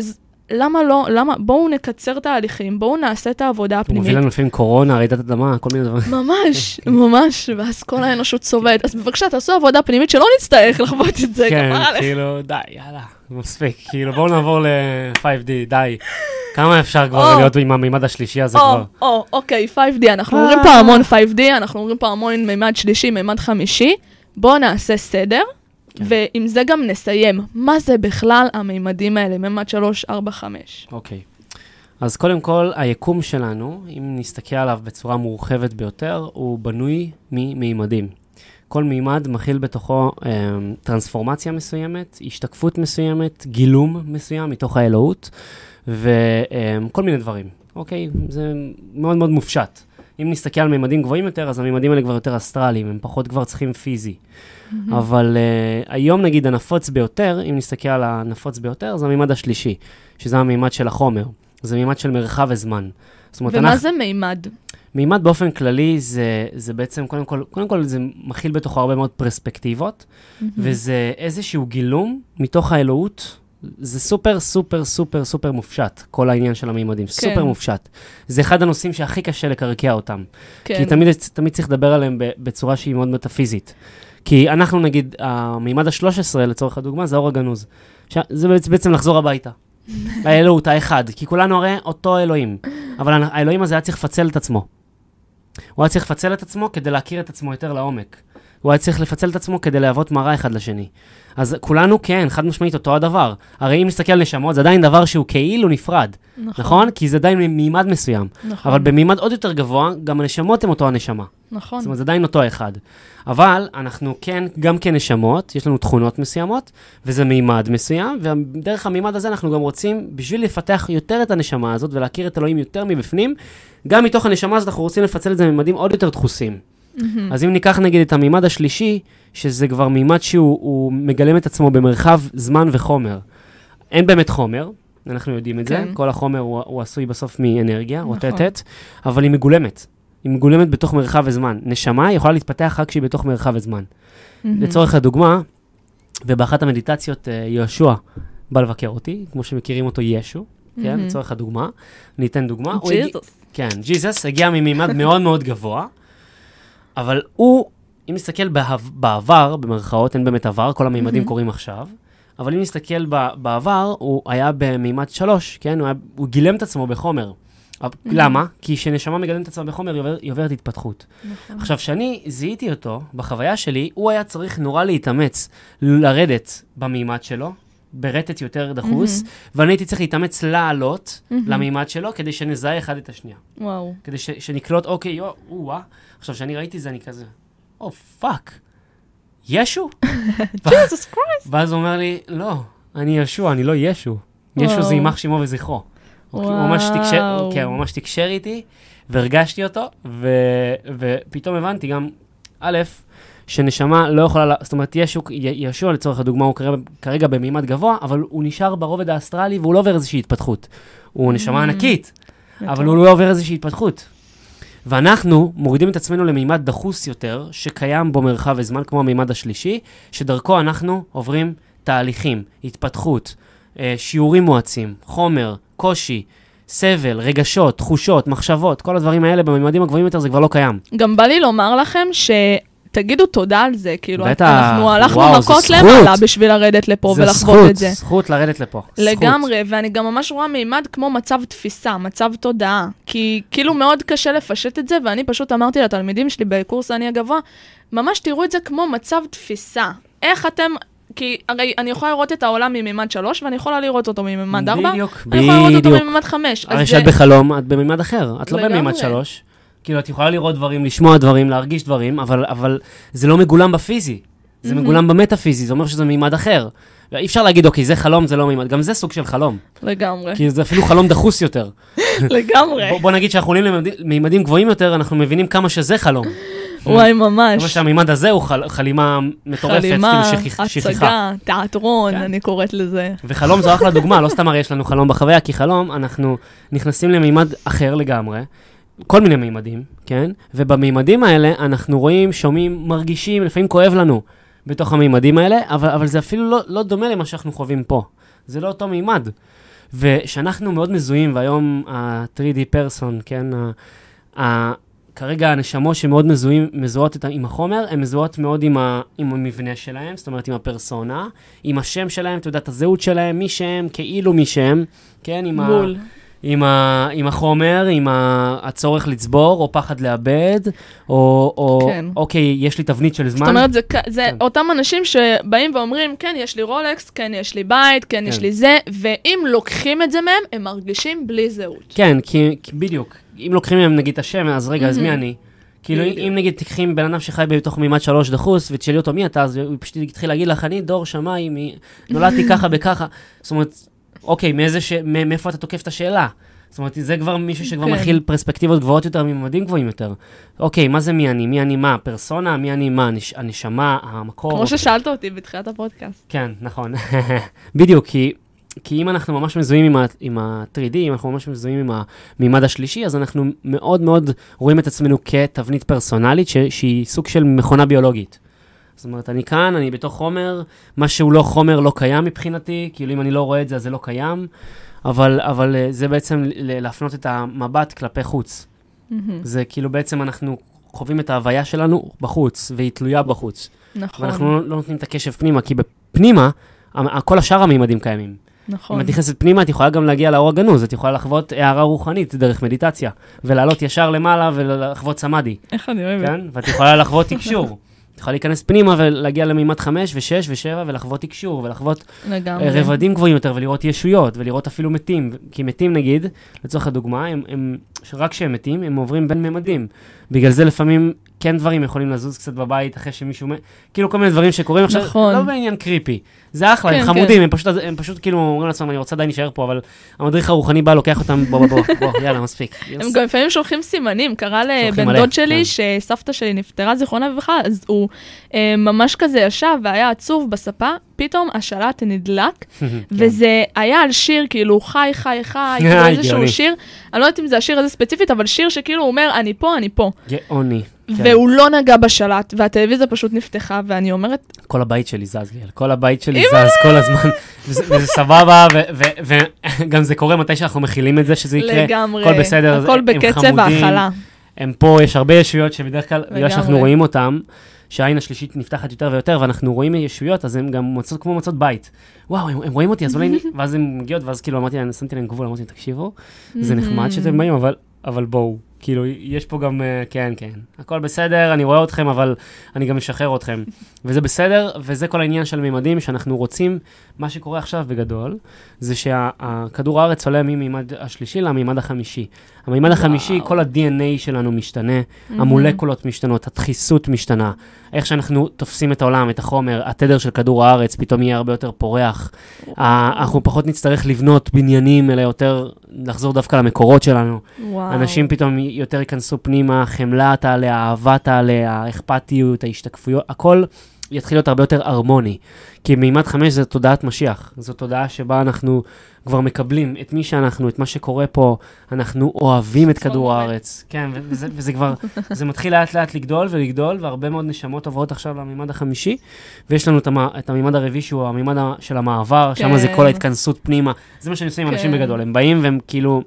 למה לא, למה, בואו נקצר תהליכים, בואו נעשה את העבודה הוא הפנימית. מוביל לנו לפעמים קורונה, רעידת אדמה, כל מיני דברים. ממש, ממש, ואז כל האנושות סובלת. אז בבקשה, תעשו עבודה פנימית שלא נצטרך לחוות את זה. כן, כאילו, די, יאללה, מספיק. כאילו, בואו נעבור ל-פייב די, די. כמה אפשר כבר להיות עם המימד השלישי הזה כבר? או, אוקיי, פייב די, אנחנו אומרים פה המון פייב די, אנחנו אומרים פה המון מימד שלישי, מימד חמישי. בואו נעשה סדר. ועם זה גם נסיים. מה זה בכלל המימדים האלה? מימד שלוש, ארבע, חמש. אוקיי. אז קודם כל, היקום שלנו, אם נסתכל עליו בצורה מורחבת ביותר, הוא בנוי ממימדים. כל מימד מכיל בתוכו אה, טרנספורמציה מסוימת, השתקפות מסוימת, גילום מסוים מתוך האלוהות, וכל מיני דברים. אוקיי? זה מאוד מאוד מופשט. אם נסתכל על מימדים גבוהים יותר, אז המימדים האלה כבר יותר אסטרליים, הם פחות כבר צריכים פיזי. Mm-hmm. אבל uh, היום נגיד הנפוץ ביותר, אם נסתכל על הנפוץ ביותר, זה המימד השלישי, שזה המימד של החומר. זה מימד של מרחב וזמן. זאת אומרת, ומה אנחנו... זה מימד? מימד באופן כללי זה, זה בעצם, קודם כל, קודם כל זה מכיל בתוכו הרבה מאוד פרספקטיבות, mm-hmm. וזה איזשהו גילום מתוך האלוהות, זה סופר, סופר, סופר, סופר מופשט, כל העניין של המימדים, כן. סופר מופשט. זה אחד הנושאים שהכי קשה לקרקע אותם. כן. כי תמיד, תמיד צריך לדבר עליהם בצורה שהיא מאוד מטאפיזית. כי אנחנו נגיד, המימד ה-שלוש עשרה לצורך הדוגמה, זה האור הגנוז. זה בעצם לחזור הביתה. האלוהות, האחד. כי כולנו הרי אותו אלוהים. אבל האלוהים הזה היה צריך לפצל את עצמו. הוא היה צריך לפצל את עצמו כדי להכיר את עצמו יותר לעומק. הוא היה צריך לפצל את עצמו כדי להוות מראה אחד לשני. אז כולנו, כן, חד משמעית אותו הדבר. הרי אם נסתכל על נשמות, זה עדיין דבר שהוא כאילו נפרד. נכון. נכון? כי זה עדיין מימד מסוים. נכון. אבל במימד עוד יותר גבוה, גם הנשמות הן אותו הנשמה. נכון. זאת אומרת, זה עדיין אותו אחד. אבל אנחנו כן, גם כנשמות, יש לנו תכונות מסוימות, וזה מימד מסוים, ודרך המימד הזה אנחנו גם רוצים, בשביל לפתח יותר את הנשמה הזאת, ולהכיר את אלוהים יותר מבפנים, גם מתוך הנשמה הזאת אנחנו רוצים לפצל את זה מימדים עוד יותר דחוסים. Mm-hmm. אז אם ניקח נגיד את המימד השלישי, שזה כבר מימד שהוא מגלם את עצמו במרחב זמן וחומר. אין באמת חומר, אנחנו יודעים את כן. זה, כל החומר הוא, הוא עשוי בסוף מאנרגיה, נכון. רוטטת, אבל היא מגולמת. היא מגולמת בתוך מרחב וזמן. נשמה יכולה להתפתח רק כשהיא בתוך מרחב וזמן. Mm-hmm. לצורך הדוגמה, ובאחת המדיטציות יהושע בא לבקר אותי, כמו שמכירים אותו ישו, mm-hmm. כן, לצורך הדוגמה. ניתן דוגמה. ג'יזוס. הג... כן, ג'יזוס הגיע ממימד מאוד מאוד גבוה, אבל הוא, אם נסתכל בעבר, במרכאות, אין באמת עבר, כל המימדים mm-hmm. קורים עכשיו, אבל אם נסתכל בעבר, הוא היה במימד שלוש, כן? הוא, היה, הוא גילם את עצמו בחומר. Mm-hmm. למה? כי כשנשמה מגלם את עצמה בחומר, היא, עובר, היא עוברת התפתחות. נכון. עכשיו, כשאני זיהיתי אותו, בחוויה שלי, הוא היה צריך נורא להתאמץ, לרדת במימד שלו, ברטט יותר דחוס, mm-hmm. ואני הייתי צריך להתאמץ לעלות mm-hmm. למימד שלו, כדי שנזהה אחד את השנייה. וואו. כדי ש, שנקלוט, אוקיי, יו, וואה. עכשיו, כשאני ראיתי זה, אני כזה, או, פאק, ישו? ג'יזוס קרייסט. ואז הוא אומר לי, לא, אני ישו, אני לא ישו. ישו זה יימח שמו וזכרו. הוא ממש תקשר, כן, הוא ממש תקשר איתי, והרגשתי אותו, ופתאום הבנתי גם, א', שנשמה לא יכולה, זאת אומרת, ישו, ישוע לצורך הדוגמה, הוא כרגע במימד גבוה, אבל הוא נשאר ברובד האסטרלי, והוא לא עובר איזושהי התפתחות. הוא נשמה ענקית, אבל הוא לא עובר איזושהי התפתחות. ואנחנו מורידים את עצמנו למימד דחוס יותר, שקיים בו מרחב וזמן, כמו המימד השלישי, שדרכו אנחנו עוברים תהליכים, התפתחות, שיעורים מועצים, חומר, קושי, סבל, רגשות, תחושות, מחשבות, כל הדברים האלה במימדים הגבוהים יותר זה כבר לא קיים. גם בא לי לומר לכם ש... תגידו תודה על זה, כאילו, בטח, אנחנו הלכנו וואו, מכות למעלה בשביל לרדת לפה ולחוות את זה. זה זכות, זכות לרדת לפה. לגמרי, זכות. ואני גם ממש רואה מימד כמו מצב תפיסה, מצב תודעה, כי כאילו מאוד קשה לפשט את זה, ואני פשוט אמרתי לתלמידים שלי בקורס אני הגבוה, ממש תראו את זה כמו מצב תפיסה. איך אתם... כי הרי אני יכולה לראות את העולם ממימד שלוש, ואני יכולה לראות אותו ממימד ארבע, בדיוק, אני יכולה לראות אותו ממימד חמש. הרי שאת בחלום, את במימד אחר, את לא במימד שלוש. כאילו, את יכולה לראות דברים, לשמוע דברים, להרגיש דברים, אבל, אבל זה לא מגולם בפיזי. זה mm-hmm. מגולם במטאפיזי, זה אומר שזה מימד אחר. אי אפשר להגיד, אוקיי, זה חלום, זה לא מימד. גם זה סוג של חלום. לגמרי. כי זה אפילו חלום דחוס יותר. לגמרי. בוא, בוא נגיד שאנחנו עולים למימדים גבוהים יותר, אנחנו מבינים כמה שזה חלום. וואי, ממש. כמה שהמימד הזה הוא חל, חלימה מטורפת, חלימה, כאילו שכיחה. הצגה, תיאטרון, כן. אני קוראת לזה. וחלום זו אחלה דוגמה, לא סתם הרי יש לנו חלום בחוויה, כי חלום, אנחנו נכנסים למימד אחר לגמרי, כל מיני מימדים, כן? ובמימדים האלה אנחנו רואים, שומעים, מרגישים, לפעמים כואב לנו בתוך המימדים האלה, אבל, אבל זה אפילו לא, לא דומה למה שאנחנו חווים פה. זה לא אותו מימד. ושאנחנו מאוד מזוהים, והיום ה-תרי די person, כן, ה- ה- כרגע הנשמות שמאוד מזוהים, מזוהות את, עם החומר, הן מזוהות מאוד עם, ה, עם המבנה שלהם, זאת אומרת עם הפרסונה, עם השם שלהם, תעודת הזהות שלהם, מי שהם, כאילו מי שהם, כן, עם, ה, עם, ה, עם החומר, עם ה, הצורך לצבור, או פחד לאבד, או, או כן. אוקיי, יש לי תבנית של זמן. זאת אומרת, זה, זה כן. אותם אנשים שבאים ואומרים, כן, יש לי רולקס, כן, יש לי בית, כן, כן. יש לי זה, ואם לוקחים את זה מהם, הם מרגישים בלי זהות. כן, כי, כי בדיוק. אם לוקחים מהם נגיד את השם, אז רגע, אז מי אני? כאילו, אם נגיד תקחים בן אדם שחי בתוך מימד שלוש דחוס, ותשאלי אותו מי אתה, אז הוא פשוט יתחיל להגיד לך, אני דור שמיים, נולדתי ככה בככה. זאת אומרת, אוקיי, מאיפה אתה תוקף את השאלה? זאת אומרת, זה כבר מישהו שכבר מכיל פרספקטיבות גבוהות יותר, מממדים גבוהים יותר. אוקיי, מה זה מי אני? מי אני מה? פרסונה? מי אני מה? הנשמה, המקור? כמו ששאלת אותי בתחילת הפודקאסט. כן, נכון. בדיוק, כי... כי אם אנחנו ממש מזוהים עם, ה, עם ה-תרי די, אם אנחנו ממש מזוהים עם המימד השלישי, אז אנחנו מאוד מאוד רואים את עצמנו כתבנית פרסונלית, ש, שהיא סוג של מכונה ביולוגית. זאת אומרת, אני כאן, אני בתוך חומר, מה שהוא לא חומר לא קיים מבחינתי, כאילו אם אני לא רואה את זה, אז זה לא קיים, אבל, אבל זה בעצם להפנות את המבט כלפי חוץ. Mm-hmm. זה כאילו בעצם אנחנו חווים את ההוויה שלנו בחוץ, והיא תלויה בחוץ. נכון. ואנחנו לא, לא נותנים את הקשב פנימה, כי בפנימה, כל השאר המימדים קיימים. נכון. אם את נכנסת פנימה, את יכולה גם להגיע לאור הגנוז, את יכולה לחוות הערה רוחנית דרך מדיטציה, ולעלות ישר למעלה ולחוות סמאדי. איך אני אוהבת. כן? ואת יכולה לחוות תקשור. את יכולה להיכנס פנימה ולהגיע למימד חמש ושש ושבע, ולחוות תקשור, ולחוות רבדים גבוהים יותר, ולראות ישויות, ולראות אפילו מתים. כי מתים, נגיד, לצורך הדוגמה, הם, הם, רק שהם מתים, הם עוברים בין ממדים. בגלל זה לפעמים כן דברים יכולים לזוז קצת בבית אחרי שמישהו... כאילו כל מיני דברים שקורים עכשיו, נכון. לא בעניין קריפי. זה אחלה, כן, הם חמודים, כן. הם, פשוט, הם פשוט כאילו אומרים לעצמם, אני רוצה די נשאר פה, אבל המדריך הרוחני בא, לוקח אותם, בוא, בוא, בוא, בוא, יאללה, מספיק. הם גם לפעמים שולחים סימנים, קרה לבן דוד שלי, כן. שסבתא שלי נפטרה זיכרונה ובכה, אז הוא אה, ממש כזה ישב והיה עצוב בספה, פתאום השלט נדלק, וזה היה על שיר, כאילו, חי, חי, חי, כאילו איזשהו שיר, אני לא יודעת אם זה השיר הזה ספציפית, אבל שיר שכאילו אומר, אני פה, אני פה. גאוני. והוא לא נגע בשלט, והטלוויזיה פשוט נפתחה, ואני אומרת... כל הבית שלי זז, גיל. כל הבית שלי זז כל הזמן, וזה סבבה, וגם זה קורה מתי שאנחנו מכילים את זה, שזה יקרה. לגמרי. הכל בסדר. הכל בקצב האכלה. הם פה, יש הרבה ישויות שבדרך כלל, בגלל שאנחנו רואים אותם, שהעין השלישית נפתחת יותר ויותר, ואנחנו רואים ישויות, אז הם גם מוצאות כמו מוצאות בית. וואו, הם, הם רואים אותי, אז אולי... ואז הם מגיעות, ואז כאילו אמרתי, אני שמתי להם גבול, אמרתי, תקשיבו, זה נחמד שאתם באים, אבל, אבל בואו, כאילו, יש פה גם, כן, כן, הכל בסדר, אני רואה אתכם, אבל אני גם משחרר אתכם. וזה בסדר, וזה כל העניין של מימדים, שאנחנו רוצים, מה שקורה עכשיו בגדול, זה שהכדור הארץ עולה ממימד השלישי למימד החמישי. המימד החמישי, כל ה-די אן איי שלנו משתנה, המולקולות משתנות, הדחיסות משתנה, איך שאנחנו תופסים את העולם, את החומר, התדר של כדור הארץ פתאום יהיה הרבה יותר פורח, אנחנו פחות נצטרך לבנות בניינים, אלא יותר לחזור דווקא למקורות שלנו. אנשים פתאום יותר ייכנסו פנימה, חמלה תעלה, אהבה תעלה, האכפתיות, ההשתקפויות, הכל יתחיל להיות הרבה יותר הרמוני. כי מימד חמש זה תודעת משיח, זו תודעה שבה אנחנו כבר מקבלים את מי שאנחנו, את מה שקורה פה, אנחנו אוהבים את כדור הארץ. כן, וזה, וזה כבר, זה מתחיל לאט לאט לגדול ולגדול, והרבה מאוד נשמות עוברות עכשיו למימד החמישי, ויש לנו את המימד הרביעי, שהוא המימד של המעבר, שם זה כל ההתכנסות פנימה. זה מה שאני עושה עם אנשים בגדול, הם באים והם כאילו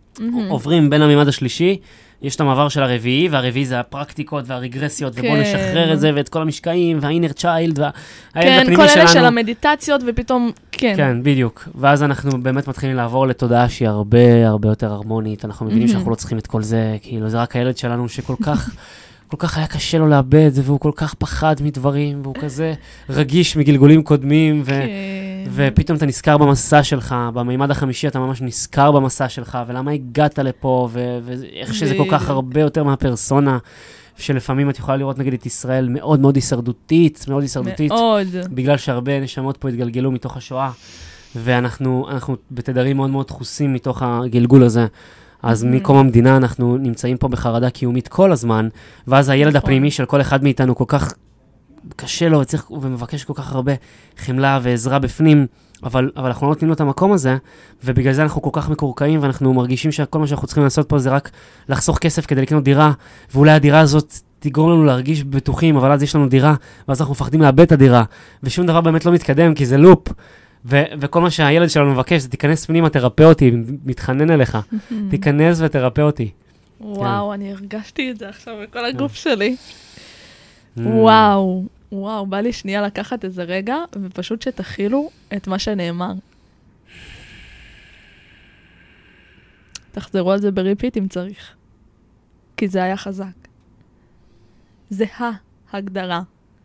עוברים בין המימד השלישי, יש את המעבר של הרביעי, והרביעי זה הפרקטיקות והרגרסיות, ובואו נשחרר את זה, ואת כל המשקעים, והאינר צ'יילד, והילד הפנימי שלנו. כן, כל אלה של המדיטציות, ופתאום, כן. כן, בדיוק. ואז אנחנו באמת מתחילים לעבור לתודעה שהיא הרבה, הרבה יותר הרמונית. אנחנו מבינים שאנחנו לא צריכים את כל זה, כאילו, זה רק הילד שלנו שכל כך, כל כך היה קשה לו לאבד, והוא כל כך פחד מדברים, והוא כזה רגיש מגלגולים קודמים, ו... ופתאום אתה נזכר במסע שלך, במימד החמישי אתה ממש נזכר במסע שלך, ולמה הגעת לפה, ו- ואיך שזה כל כך הרבה יותר מהפרסונה, שלפעמים את יכולה לראות נגד את ישראל מאוד מאוד הישרדותית, מאוד הישרדותית, מאוד. בגלל שהרבה נשמות פה התגלגלו מתוך השואה, ואנחנו אנחנו בתדרים מאוד מאוד דחוסים מתוך הגלגול הזה. אז מקום המדינה אנחנו נמצאים פה בחרדה קיומית כל הזמן, ואז הילד הפנימי של כל אחד מאיתנו כל כך קשה לו וצריך, ומבקש כל כך הרבה חמלה ועזרה בפנים, אבל, אבל אנחנו לא נותנים לו את המקום הזה, ובגלל זה אנחנו כל כך מקורקעים, ואנחנו מרגישים שכל מה שאנחנו צריכים לעשות פה זה רק לחסוך כסף כדי לקנות דירה, ואולי הדירה הזאת תגרום לנו להרגיש בטוחים, אבל אז יש לנו דירה, ואז אנחנו מפחדים לאבד את הדירה, ושום דבר באמת לא מתקדם, כי זה לופ, ו- וכל מה שהילד שלנו מבקש, זה תיכנס פנימה, תרפא אותי, מתחנן אליך. תיכנס ותרפא אותי. וואו, אני הרגשתי את זה עכשיו בכל הגוף שלי. וואו, וואו, בא לי שנייה לקחת איזה רגע, ופשוט שתכילו את מה שנאמר. תחזרו על זה בריפיט אם צריך. כי זה היה חזק. זה ההגדרה.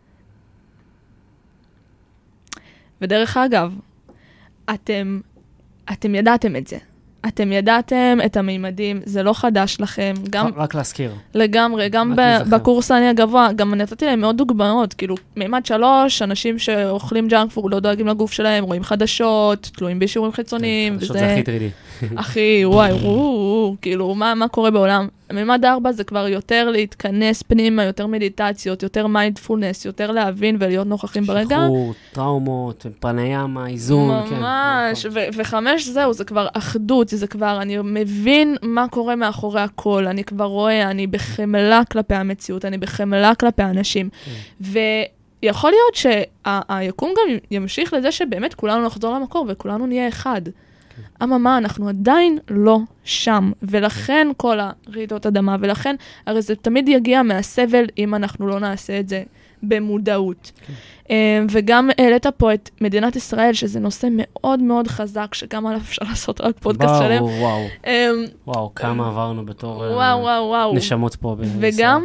ודרך אגב, אתם, אתם ידעתם את זה. אתם ידעתם את המימדים, זה לא חדש לכם. גם, רק להזכיר. לגמרי, גם בקורס אני הגבוה, גם נתתי להם מאוד דוגמאות, כאילו, מימד שלוש, אנשים שאוכלים ג'אנק פוד, לא דואגים לגוף שלהם, רואים חדשות, תלויים בשיעורים חיצוניים. חדשות זה הכי טרידי. אחי, וואי, וואו, כאילו, מה, מה קורה בעולם? מימד ארבע זה כבר יותר להתכנס פנימה, יותר מדיטציות, יותר מיינדפולנס, יותר להבין ולהיות נוכחים ברגע. שחרור, טראומות, פרניאמה, איזון. ממש, ו- וחמש זהו, זה כבר אחדות, זה כבר, אני מבין מה קורה מאחורי הכל, אני כבר רואה, אני בחמלה כלפי המציאות, אני בחמלה כלפי האנשים. ויכול להיות שהיקום גם ימשיך לזה שבאמת כולנו נחזור למקור וכולנו נהיה אחד. אממה, אנחנו עדיין לא שם, ולכן כל הרעידות אדמה, ולכן, הרי זה תמיד יגיע מהסבל אם אנחנו לא נעשה את זה במודעות. וגם העלית פה את מדינת ישראל, שזה נושא מאוד מאוד חזק, שגם עליו אפשר לעשות רק פודקאסט שלם. וואו, וואו. וואו, כמה עברנו בתור נשמות פה בישראל. וגם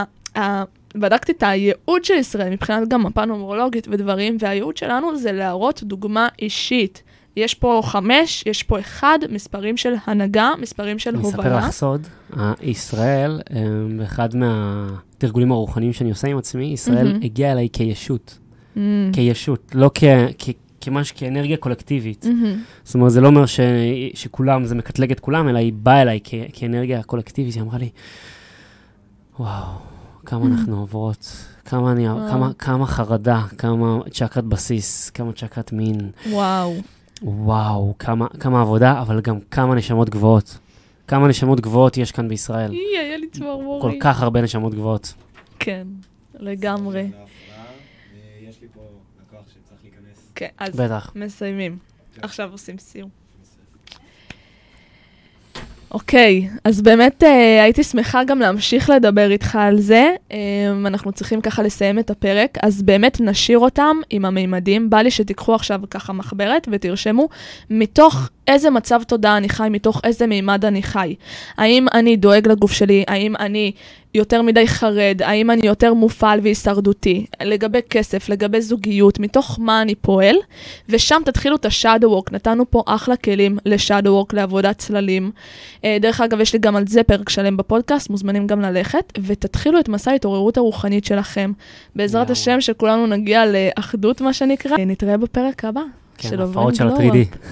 בדקתי את הייעוד של ישראל, מבחינת גם מפה נומרולוגית ודברים, והייעוד שלנו זה להראות דוגמה אישית. יש פה חמש, יש פה אחד, מספרים של הנהגה, מספרים של הובלה. אני אספר לך סוד, ישראל, באחד מהתרגולים הרוחניים שאני עושה עם עצמי, ישראל הגיעה אליי כישות. כישות, לא כמשהו, כאנרגיה קולקטיבית. זאת אומרת, זה לא אומר שכולם, זה מקטלג את כולם, אלא היא באה אליי כאנרגיה קולקטיבית. היא אמרה לי, וואו, כמה אנחנו עוברות, כמה, אני, כמה, כמה חרדה, כמה צ'קרת בסיס, כמה צ'קרת מין. וואו. וואו, כמה, כמה עבודה, אבל גם כמה נשמות גבוהות. כמה נשמות גבוהות יש כאן בישראל. אי, היה לי צמרמורת. כל כך הרבה נשמות גבוהות. כן, לגמרי. יש לי פה לקוח שצריך להיכנס. כן, אז בטח. מסיימים. עכשיו עושים סיום. אוקיי, אז באמת אה, הייתי שמחה גם להמשיך לדבר איתך על זה. אה, אנחנו צריכים ככה לסיים את הפרק, אז באמת נשאיר אותם עם המימדים. בא לי שתיקחו עכשיו ככה מחברת ותרשמו מתוך איזה מצב תודעה אני חי, מתוך איזה מימד אני חי. האם אני דואג לגוף שלי? האם אני יותר מדי חרד? האם אני יותר מופעל והישרדותי? לגבי כסף, לגבי זוגיות, מתוך מה אני פועל? ושם תתחילו את השאדו וורק. נתנו פה אחלה כלים לשאדו וורק, לעבודת צללים. דרך אגב, יש לי גם על זה פרק שלם בפודקאסט, מוזמנים גם ללכת, ותתחילו את מסע ההתעוררות הרוחנית שלכם. בעזרת השם שכולנו נגיע לאחדות, מה שנקרא. נתראה בפרק הבא. כן, הפרעות של ה-טרי די.